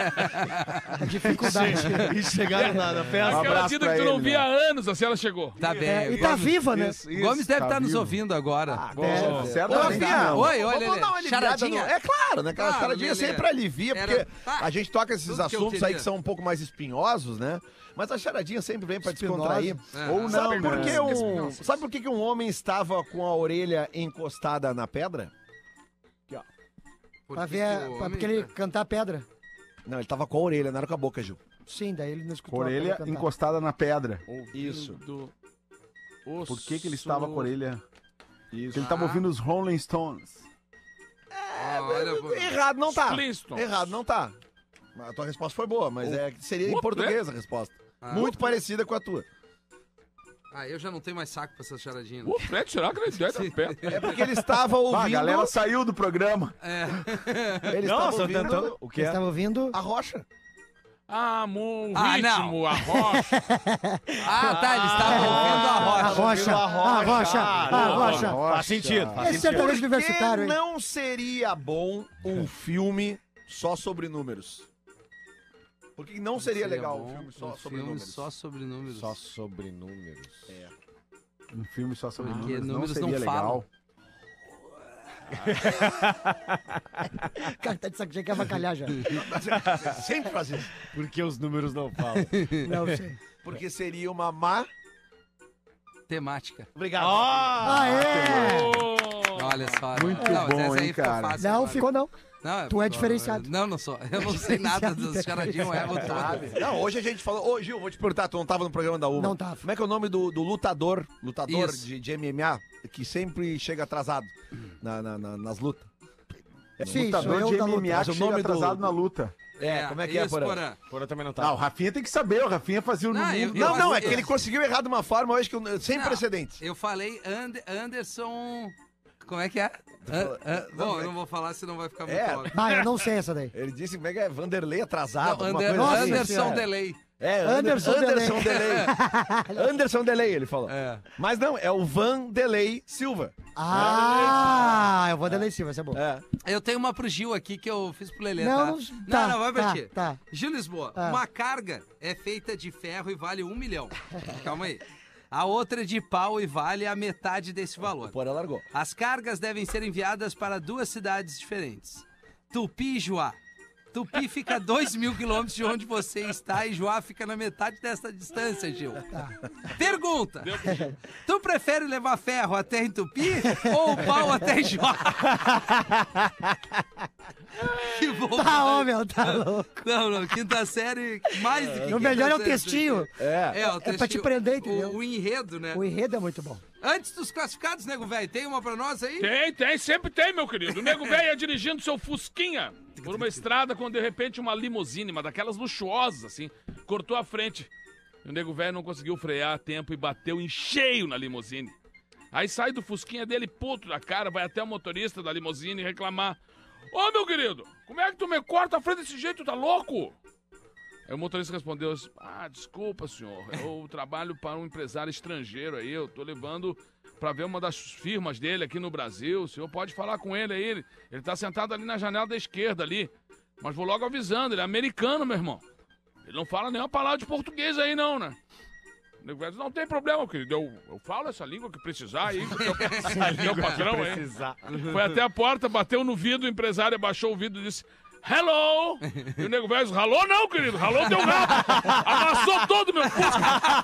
A dificuldade. E chegaram na, na festa. Um Aquela abraço tida pra que tu não ele, via né? há anos, assim ela chegou. Tá bem. É, e o tá Gomes- viva, né? Isso, O isso. Gomes deve Tá estar nos vivo. ouvindo agora. É, certo. Ô, Rafinha, Rafinha, oi, oi, vamos Lelê. dar uma aliviada Charadinha? no- É claro, né? Aquela Claro, charadinha Lelê. sempre alivia, porque Era- Ah, a gente toca esses tudo que eu assuntos aí queria. que são um pouco mais espinhosos, né? Mas a charadinha sempre vem pra descontrair. É. Ou não, Sabe por, né? que um, sabe por que que um homem estava com a orelha encostada na pedra? Por Pra que ver, que o pra- homem- porque ele cantar pedra. Não, ele tava com a orelha, não era com a boca, Gil. Sim, daí ele não escutou. a Orelha pedra cantar. encostada na pedra. Isso. Do... Por que, que ele estava com a orelha? Isso. Porque ele estava ouvindo os Rolling Stones. Ah, olha, pô. Errado não tá. Flintstones. Errado não tá. A tua resposta foi boa, mas é que seria em What, português a resposta. Ah. Muito parecida com a tua. Ah, eu já não tenho mais saco pra essa charadinha. O Fred, será que ele deve estar perto? É porque ele estava Ah, ouvindo. a galera saiu do programa. Ele estava Nossa, ouvindo tentando. O que Você é? estava ouvindo? a rocha. Ah, mo- o Ah, ritmo, a rocha. Ah, tá, ele estava ouvindo a A rocha. rocha, a rocha, a rocha. Faz sentido. Faz Esse sentido. sertanejo Por que universitário, hein? não seria bom um filme só sobre números? Por que não seria, legal bom um filme só um sobre filme números? só sobre números. Só sobre números. Um filme só sobre Porque números. Não números seria não legal. O cara tá de saco cheio que é avacalhar já. Sempre faz isso. Porque os números não falam. Não sei. Porque seria uma má... Temática. Obrigado. Ah, é? Olha só. Muito não, bom, essa aí hein, ficou cara? fácil, Não, mano. ficou não. Não, Tu é eu- diferenciado. Não, não sou. Eu não sei nada dos Diferenciado. charadinhos, eu erro todo. Não, hoje a gente falou... Ô, Gil, vou te perguntar, tu não tava no programa da Uma. Não tava. Como é que é o nome do, do lutador, lutador Isso. de, de M M A, que sempre chega atrasado na- na- na- nas lutas? Sim, sou Lutador eu de da M M A luta. que chega atrasado na luta. É, como é que é, isso, Porã? Porã. Porã também não Ah, tá. o Rafinha tem que saber, o Rafinha fazia o Não, eu- mundo. eu- Não, não, é eu- que ele conseguiu errar de uma forma hoje que eu- sem Não, precedentes. Eu falei And- Anderson... Como é que é? An- an- Bom, eu não vou falar, senão vai ficar muito É. óbvio. Ah, eu não sei essa daí. Ele disse como é que é Vanderlei atrasado. Não, alguma Ander- coisa assim. Anderson É. Delay. É, Anderson Anderson, Anderson Delay. Anderson Delay, ele falou. É. Mas não, é o Van Delay Silva. Ah, eu vou da Lei Silva, essa é boa. É. Eu tenho uma pro Gil aqui que eu fiz pro Lelê, Não, tá? não- Não, tá, não, vai pra tá, ti. tá. Gil Lisboa, Ah. uma carga é feita de ferro e vale um milhão. Calma aí. A outra é de pau e vale a metade desse valor. Porã largou. As cargas devem ser enviadas para duas cidades diferentes. Tupi e Joá. Tupi fica a dois mil quilômetros de onde você está e Joá fica na metade dessa distância, Gil. Pergunta. Tu prefere levar ferro até em Tupi ou pau até em Joá? Que bom. Tá, ô, meu, tá louco. Não, não, quinta série, mais do que O quinta melhor é o série, textinho. É. É, o É pra textinho, te prender, entendeu? O, o enredo, né? O enredo é muito bom. Antes dos classificados, nego velho, tem uma pra nós aí? Tem, tem, sempre tem, meu querido. O nego velho ia dirigindo seu Fusquinha por uma estrada quando de repente uma limusine, uma daquelas luxuosas, assim, cortou a frente. E o nego velho não conseguiu frear a tempo e bateu em cheio na limusine. Aí sai do Fusquinha dele, puto da cara, vai até o motorista da limusine reclamar. Ô, meu querido, como é que tu me corta a frente desse jeito, tá louco? Aí o motorista respondeu assim, ah, desculpa, senhor, eu trabalho para um empresário estrangeiro aí, eu tô levando pra ver uma das firmas dele aqui no Brasil, o senhor pode falar com ele aí, ele, ele tá sentado ali na janela da esquerda ali, mas vou logo avisando, ele é americano, meu irmão, ele não fala nenhuma palavra de português aí não, né? O nego velho disse, não tem problema, querido, eu, eu falo essa língua que precisar aí, que é o patrão aí. Foi até a porta, bateu no vidro, o empresário abaixou o vidro e disse... Hello! E o nego velho ralou não, querido, ralou teu rabo. Amassou todo meu Fusca.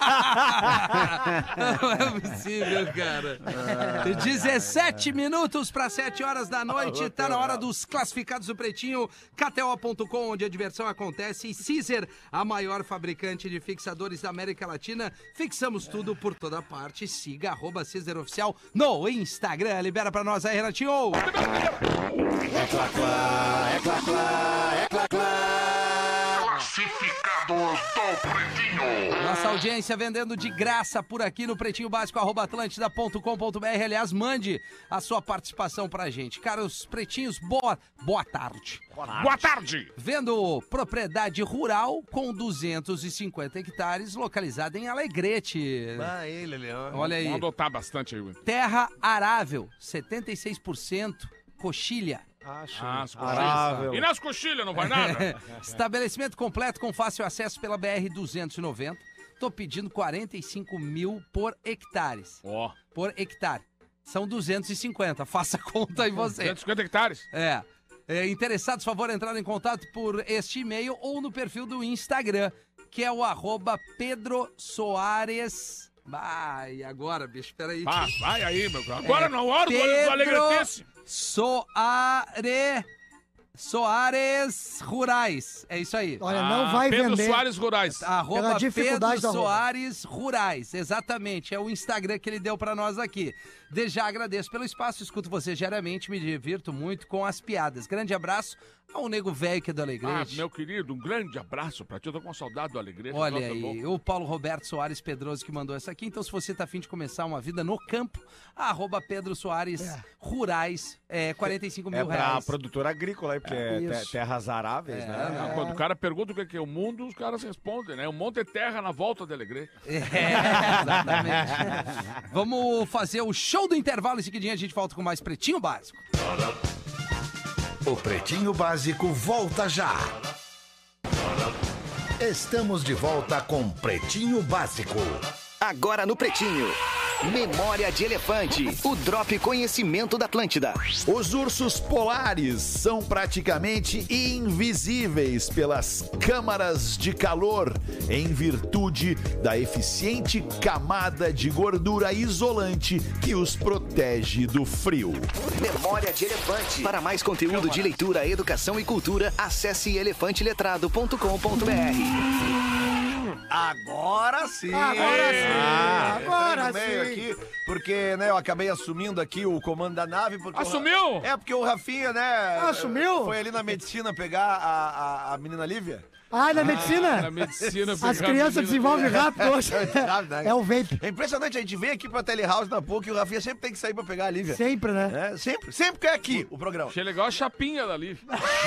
Não é possível, cara. dezessete minutos para sete horas da noite. Tá na hora dos classificados do Pretinho. K T O ponto com, onde a diversão acontece. E Caesar, a maior fabricante de fixadores da América Latina. Fixamos tudo por toda parte. Siga arroba Caesar Oficial no Instagram. Libera pra nós aí, Renatinho. Classificados do Pretinho. Nossa audiência vendendo de graça por aqui no pretinho básico, arroba atlântida ponto com ponto b r. Aliás, mande a sua participação pra gente. Cara, os pretinhos, boa, boa tarde. Boa tarde. Vendo propriedade rural com duzentos e cinquenta hectares, localizada em Alegrete. Ah, ele ali, ó. Olha aí. Vamos adotar bastante aí, Will. Terra arável, setenta e seis por cento. Coxilha. Acho. Ah, as Arável. coxilhas. E nas coxilhas, não vai nada? Estabelecimento completo com fácil acesso pela B R duzentos e noventa. Tô pedindo quarenta e cinco mil por hectares. Ó, Por hectare. São duzentos e cinquenta. Faça a conta aí você. duzentos e cinquenta hectares. É. É, interessados, favor, entrar em contato por este e-mail ou no perfil do Instagram, que é o arroba Pedro Soares. Vai, agora, bicho, peraí. Ah, vai aí, meu cara. Agora É, na hora do, do Pedro Alegretice. Soares. Soares Rurais. É isso aí. Olha, Ah, não vai Pedro vender. Soares Rurais. Arroba Pela dificuldade Pedro da arroba. Soares Rurais, exatamente, é o Instagram que ele deu pra nós aqui. Desde já agradeço pelo espaço, escuto você diariamente, me divirto muito com as piadas. Grande abraço ao nego velho que é do Ah, Alegrete. meu querido, um grande abraço pra ti. Eu tô com saudade do Alegrete. Olha Nossa, aí, louco. o Paulo Roberto Soares Pedroso que mandou essa aqui. Então, se você tá afim de começar uma vida no campo, arroba Pedro Soares Rurais, é, quarenta e cinco É mil pra reais. produtora agrícola aí, porque é, Isso. te- terras aráveis, É. né? Ah, quando o cara pergunta o que é, que é o mundo, os caras respondem, né? O monte é terra na volta do Alegrete. É, exatamente. Vamos fazer o show do intervalo. Em seguidinho a gente volta com mais Pretinho Básico. O Pretinho Básico volta já. Estamos de volta com Pretinho Básico. Agora no Pretinho. Memória de Elefante, o Drop Conhecimento da Atlântida. Os ursos polares são praticamente invisíveis pelas câmaras de calor em virtude da eficiente camada de gordura isolante que os protege do frio. Memória de Elefante. Para mais conteúdo de leitura, educação e cultura, acesse elefante letrado ponto com ponto b r. Agora sim! Agora sim! Ah, Agora entrei no meio sim! aqui. porque, né, eu acabei assumindo aqui o comando da nave. Porque Assumiu? O, é, porque o Rafinha, né... Assumiu? Foi ali na medicina pegar a, a, a menina Lívia. Ah, na medicina? Na medicina. As crianças desenvolvem rápido hoje. né? É o vape. É impressionante, a gente vem aqui pra Telehouse na PUC e o Rafinha sempre tem que sair pra pegar a Lívia. Sempre, né? É, sempre, sempre que é aqui o programa. Achei legal a chapinha da Lívia.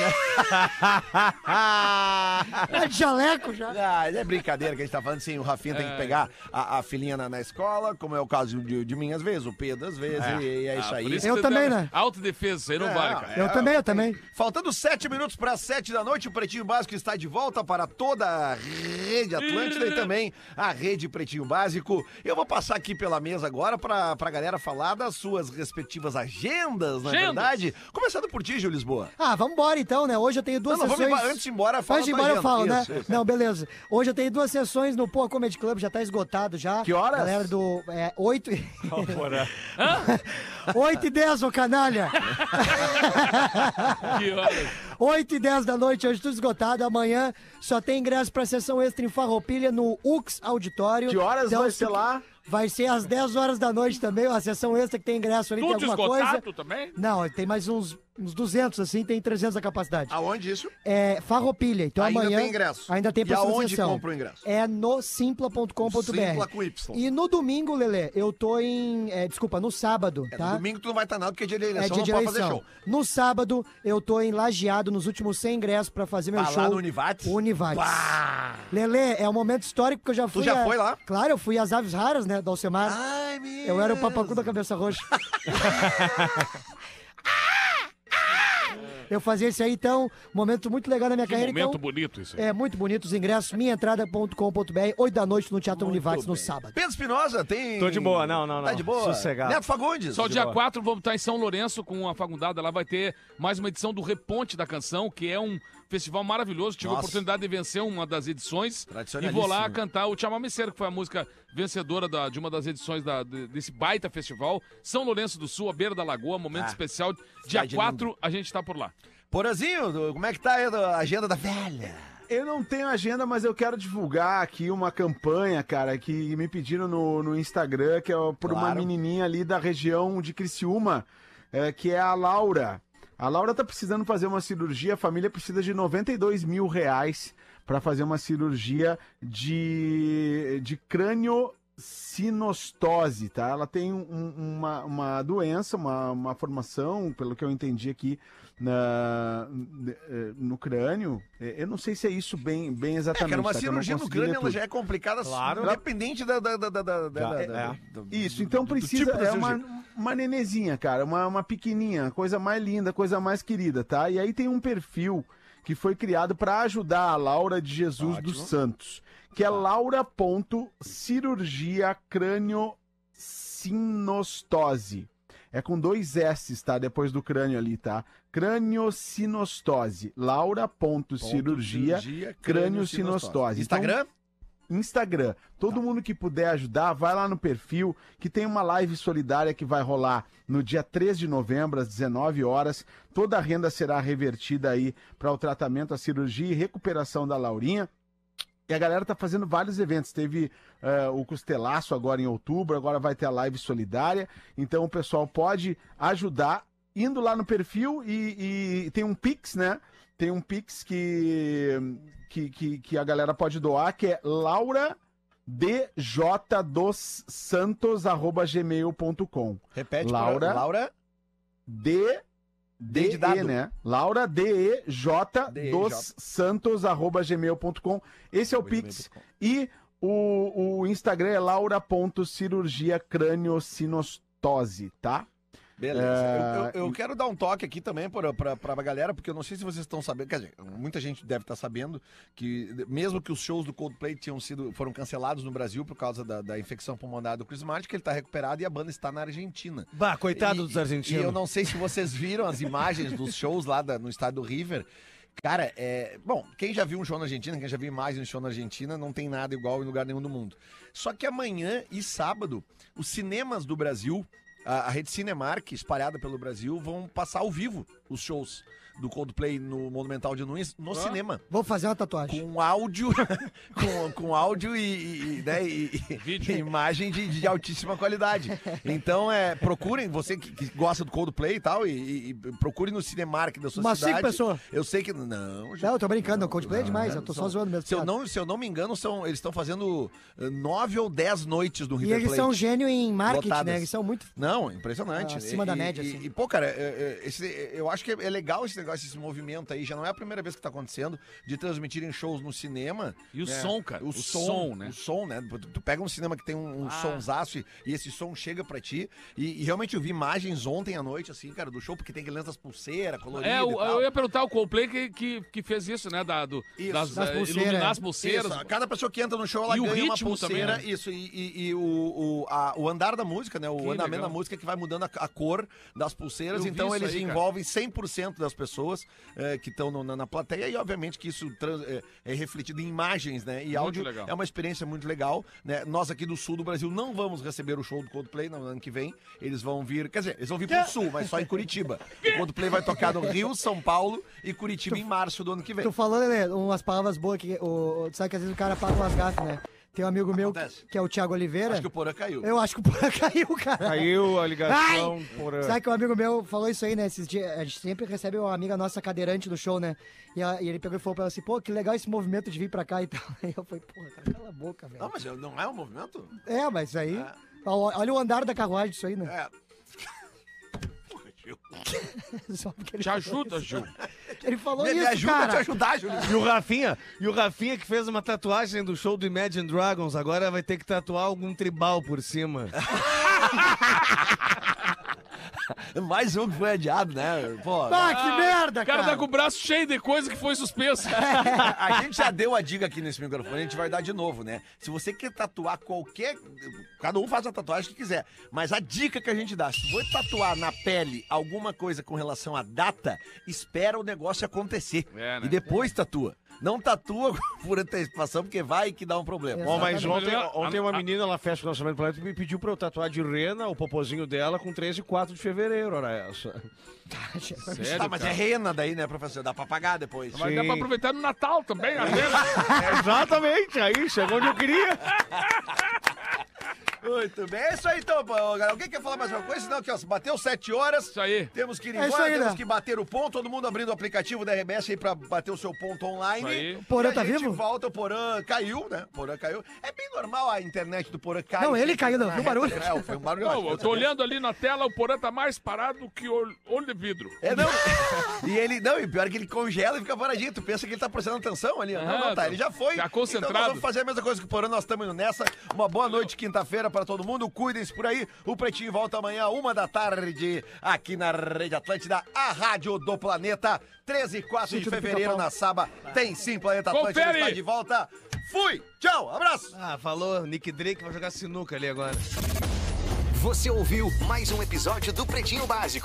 É de jaleco já. Ah, é brincadeira que a gente tá falando, sim, o Rafinha tem que pegar a, a filhinha na, na escola, como é o caso de, de mim às vezes, o Pedro às vezes, e, e é isso Ah, aí. por isso Eu que também, tem- né? Autodefesa, isso aí não É, vale, cara. Eu também, eu também. Faltando sete minutos para sete da noite, o Pretinho Básico está de volta para toda a rede Atlântida e também a rede Pretinho Básico. Eu vou passar aqui pela mesa agora para a galera falar das suas respectivas agendas, na Agendas. verdade. Começando por ti, Gil Lisboa. Ah, vamos embora então, né? Hoje eu tenho duas Não, não, vamos sessões... embora. Antes de ir embora, fala Antes de ir tua embora eu agenda. falo, né? Isso, isso. Não, beleza. Hoje eu tenho duas sessões no Poa Comedy Club, já tá esgotado já. Que horas? Galera do... É, oito e... oito e dez, ô canalha! Que hora. oito e dez da noite, hoje tudo esgotado. Amanhã só tem ingresso pra sessão extra em Farroupilha no U X Auditório. Que horas vai se- ser lá? Vai ser às dez horas da noite também, a sessão extra que tem ingresso ali, Tudo tem alguma esgotado coisa. também? Não, tem mais uns, uns duzentos, assim, tem trezentos a capacidade. Aonde isso? É Farroupilha, então Ainda amanhã... tem ingresso. Ainda tem E pra aonde sessão. compra o ingresso? É no simpla ponto com ponto b r. Simpla com Y. E no domingo, Lelê, eu tô em... é, desculpa, no sábado, É, tá? no domingo tu não vai estar nada, porque é dia de É eleição, dia de não pode fazer eleição. show. No sábado, eu tô em Lajeado, nos últimos cem ingressos pra fazer meu Ah, show. lá no Univates? Univates. Lelê, é um momento histórico porque eu já fui... já a- foi lá? Claro, eu fui às Aves Raras, né, do Alcemar. Ai, meu. Eu era o papacu da cabeça roxa. Eu fazia isso aí, então, momento muito legal na minha Que carreira. momento então, bonito isso aí. é muito bonito os ingressos, minhaentrada ponto com ponto b r, oito da noite no Teatro Univates, no sábado. Pedro Espinosa, tem... Tô de boa, não, não, não. Tá de boa? Sossegado. Neto Fagundes. Só de dia boa. quatro vamos estar em São Lourenço com a Fagundada. Lá vai ter mais uma edição do Reponte da Canção, que é um festival maravilhoso. Tive Nossa. a oportunidade de vencer uma das edições. E Tradicionalíssimo. vou lá cantar o Chamameceiro, que foi a música vencedora da- de uma das edições da- de- desse baita festival. São Lourenço do Sul, à beira da Lagoa, momento Ah, especial. Dia cidade quatro a gente tá por lá. Porazinho, do- como é que tá aí a agenda da velha? Eu não tenho agenda, mas eu quero divulgar aqui uma campanha, cara, que me pediram no, no Instagram, que é por uma Claro. menininha ali da região de Criciúma, é, que é a Laura. A Laura tá precisando fazer uma cirurgia, a família precisa de noventa e dois mil reais para fazer uma cirurgia de, de crânio sinostose, tá? Ela tem um- uma, uma doença, uma, uma formação, pelo que eu entendi aqui, na, no crânio. Eu não sei se é isso bem, bem É, exatamente. cara, uma tá? Que eu não cirurgia no consegui ler crânio ela tudo. já é complicada, Claro. independente da... da, da, da, da, da- Já, da- é. da- do- Isso, então do precisa, tipo da é uma, cirurgia. uma nenezinha, cara, uma, uma pequenininha, coisa mais linda, coisa mais querida, tá? E aí tem um perfil que foi criado para ajudar a Laura de Jesus dos Santos, que é laura.cirurgia crânio-sinostose. É com dois S, tá? Depois do crânio ali, tá? Crânio-sinostose. Laura.cirurgia crânio-sinostose. Então, Instagram? Instagram. Todo mundo que puder ajudar, vai lá no perfil, que tem uma live solidária que vai rolar no dia três de novembro, às dezenove horas. Toda a renda será revertida aí para o tratamento, a cirurgia e recuperação da Laurinha. E a galera tá fazendo vários eventos. Teve eh, o Costelaço agora em outubro, agora vai ter a live solidária. Então o pessoal pode ajudar indo lá no perfil e, e tem um Pix, né? Tem um Pix que, que, que, que a galera pode doar, que é laura d j dos santos arroba gmail ponto com. Repete, Laura. por- Laura. D... D de D, dado. E, né? Laura, D E J D E dos J. Santos, arroba gmail ponto com. Esse é o Pix. E o, o Instagram é laura.cirurgia crânio-sinostose, tá? Beleza. É, Eu, eu- eu quero dar um toque aqui também pra, pra, pra galera, porque eu não sei se vocês estão sabendo, quer dizer, muita gente deve estar sabendo que mesmo que os shows do Coldplay tinham sido, foram cancelados no Brasil por causa da, da infecção pulmonar do Chris Martin, que ele tá recuperado e a banda está na Argentina. Bah, coitado E- dos argentinos. E eu não sei se vocês viram as imagens dos shows lá da- no estádio do River. Cara, é. Bom, quem já viu um show na Argentina, quem já viu imagens de um show na Argentina, não tem nada igual em lugar nenhum do mundo. Só que amanhã e sábado, os cinemas do Brasil, a, a rede Cinemark, espalhada pelo Brasil, vão passar ao vivo os shows do Coldplay no Monumental de Nunes no ah. cinema. Vou fazer uma tatuagem. Com áudio, com, com áudio e, e, né, e, e imagem de, de altíssima qualidade. Então, é, procurem, você que, que gosta do Coldplay e tal, e, e procure no Cinemark da sua Umas cidade. cinco pessoas. Eu sei que... Não, não eu tô brincando, o Coldplay é demais, eu tô só zoando mesmo. Se eu não, se eu não me engano, são, eles estão fazendo uh, nove ou dez noites no River Plate. E eles são gênio em marketing, lotadas. Né? Eles são muito... Não, impressionante. Acima e, da média, e, assim. E, pô, cara, esse, eu acho que é legal esse negócio, esse movimento aí. Já não é a primeira vez que tá acontecendo de transmitirem shows no cinema. E o né? som, cara. O, o som, som, né? O som, né? Tu, tu pega um cinema que tem um, um ah. sonsaço e, e esse som chega pra ti. E, e realmente eu vi imagens ontem à noite, assim, cara, do show, porque tem aquele lance das pulseiras, coloridas. É, eu, eu ia perguntar o Coldplay que, que, que fez isso, né? Da, do, isso, das, das pulseiras. Iluminar as pulseiras. Isso, cada pessoa que entra no show, ela e ganha o uma pulseira. Também, né? Isso, e, e, e o, o, a, o andar da música, né? O que andamento legal. Da música que vai mudando a, a cor das pulseiras. Eu então eles aí, envolvem cem por cento das pessoas é, que estão na, na plateia e, obviamente, que isso trans, é, é refletido em imagens, né? E muito áudio legal. É uma experiência muito legal, né? Nós aqui do sul do Brasil não vamos receber o show do Coldplay no ano que vem. Eles vão vir, quer dizer, eles vão vir pro sul, mas só em Curitiba. O Coldplay vai tocar no Rio, São Paulo e Curitiba tu, em março do ano que vem. Tu falou, Lelê, umas palavras boas que o, sabe que às vezes o cara paga umas gafas, né? Tem um amigo meu Acontece. que é o Thiago Oliveira. Acho que o Porã caiu. Eu acho que o Porã caiu, cara. Caiu a ligação, Porã. Sabe que um amigo meu falou isso aí, né? Esses dias, a gente sempre recebe uma amiga nossa cadeirante do show, né? E, a, e ele pegou e falou pra ela assim, pô, que legal esse movimento de vir pra cá e tal. Aí eu falei, porra, cara, cala a boca, velho. Não, mas não é um movimento? É, mas isso aí... É. Olha o andar da carruagem disso aí, né? É. Só porque ele te ajuda, Gil. Ele falou me, isso, me ajuda cara. a te ajudar, Júlio. E o Rafinha, e o Rafinha que fez uma tatuagem do show do Imagine Dragons, agora vai ter que tatuar algum tribal por cima. Mais um que foi adiado, né? Pô, ah, que ah, merda, cara. O cara tá com o braço cheio de coisa que foi suspensa. A gente já deu a dica aqui nesse microfone, a gente vai dar de novo, né? Se você quer tatuar qualquer... Cada um faz a tatuagem que quiser. Mas a dica que a gente dá, se for tatuar na pele alguma coisa com relação à data, espera o negócio acontecer. É, né? E depois tatua. Não tatua por antecipação, porque vai que dá um problema. Bom, mas ontem, ontem uma menina na festa do lançamento do Planeta me pediu pra eu tatuar de rena o popozinho dela com treze e quatro de fevereiro, era essa. Sério, tá, mas cara? É rena daí, né, professor? Dá pra pagar depois. Mas Sim. dá pra aproveitar no Natal também, a rena. É, exatamente, aí chegou onde eu queria. Muito bem, é isso aí então, galera. Alguém quer falar mais uma coisa? Senão aqui, ó, bateu sete horas. Isso aí. Temos que ir é embora, aí, temos né? que bater o ponto. Todo mundo abrindo o aplicativo da R B S aí pra bater o seu ponto online. Isso aí. O Porã tá vivo? A gente vivo? volta, o Porã caiu, né? O Porã caiu. É bem normal a internet do Porã cair. Não, ele caiu, não, foi um barulho. É, foi um barulho. Não, eu tô olhando ali na tela, o Porã tá mais parado que olho, olho de vidro. É, não. E ele, não, e pior é que ele congela e fica paradinho. Tu pensa que ele tá prestando atenção ali. Não, não tá, ele já foi. Tá concentrado. Então nós vamos fazer a mesma coisa que o Porã, nós estamos indo nessa. Uma boa noite, quinta-feira pra todo mundo. Cuidem-se por aí. O Pretinho volta amanhã, uma da tarde, aqui na Rede Atlântida, a Rádio do Planeta. treze e quatro de fevereiro, na Saba, tem sim Planeta Atlântida, Confere. está de volta. Fui, tchau, abraço. Ah, falou, Nick Drake vai jogar sinuca ali agora. Você ouviu mais um episódio do Pretinho Básico.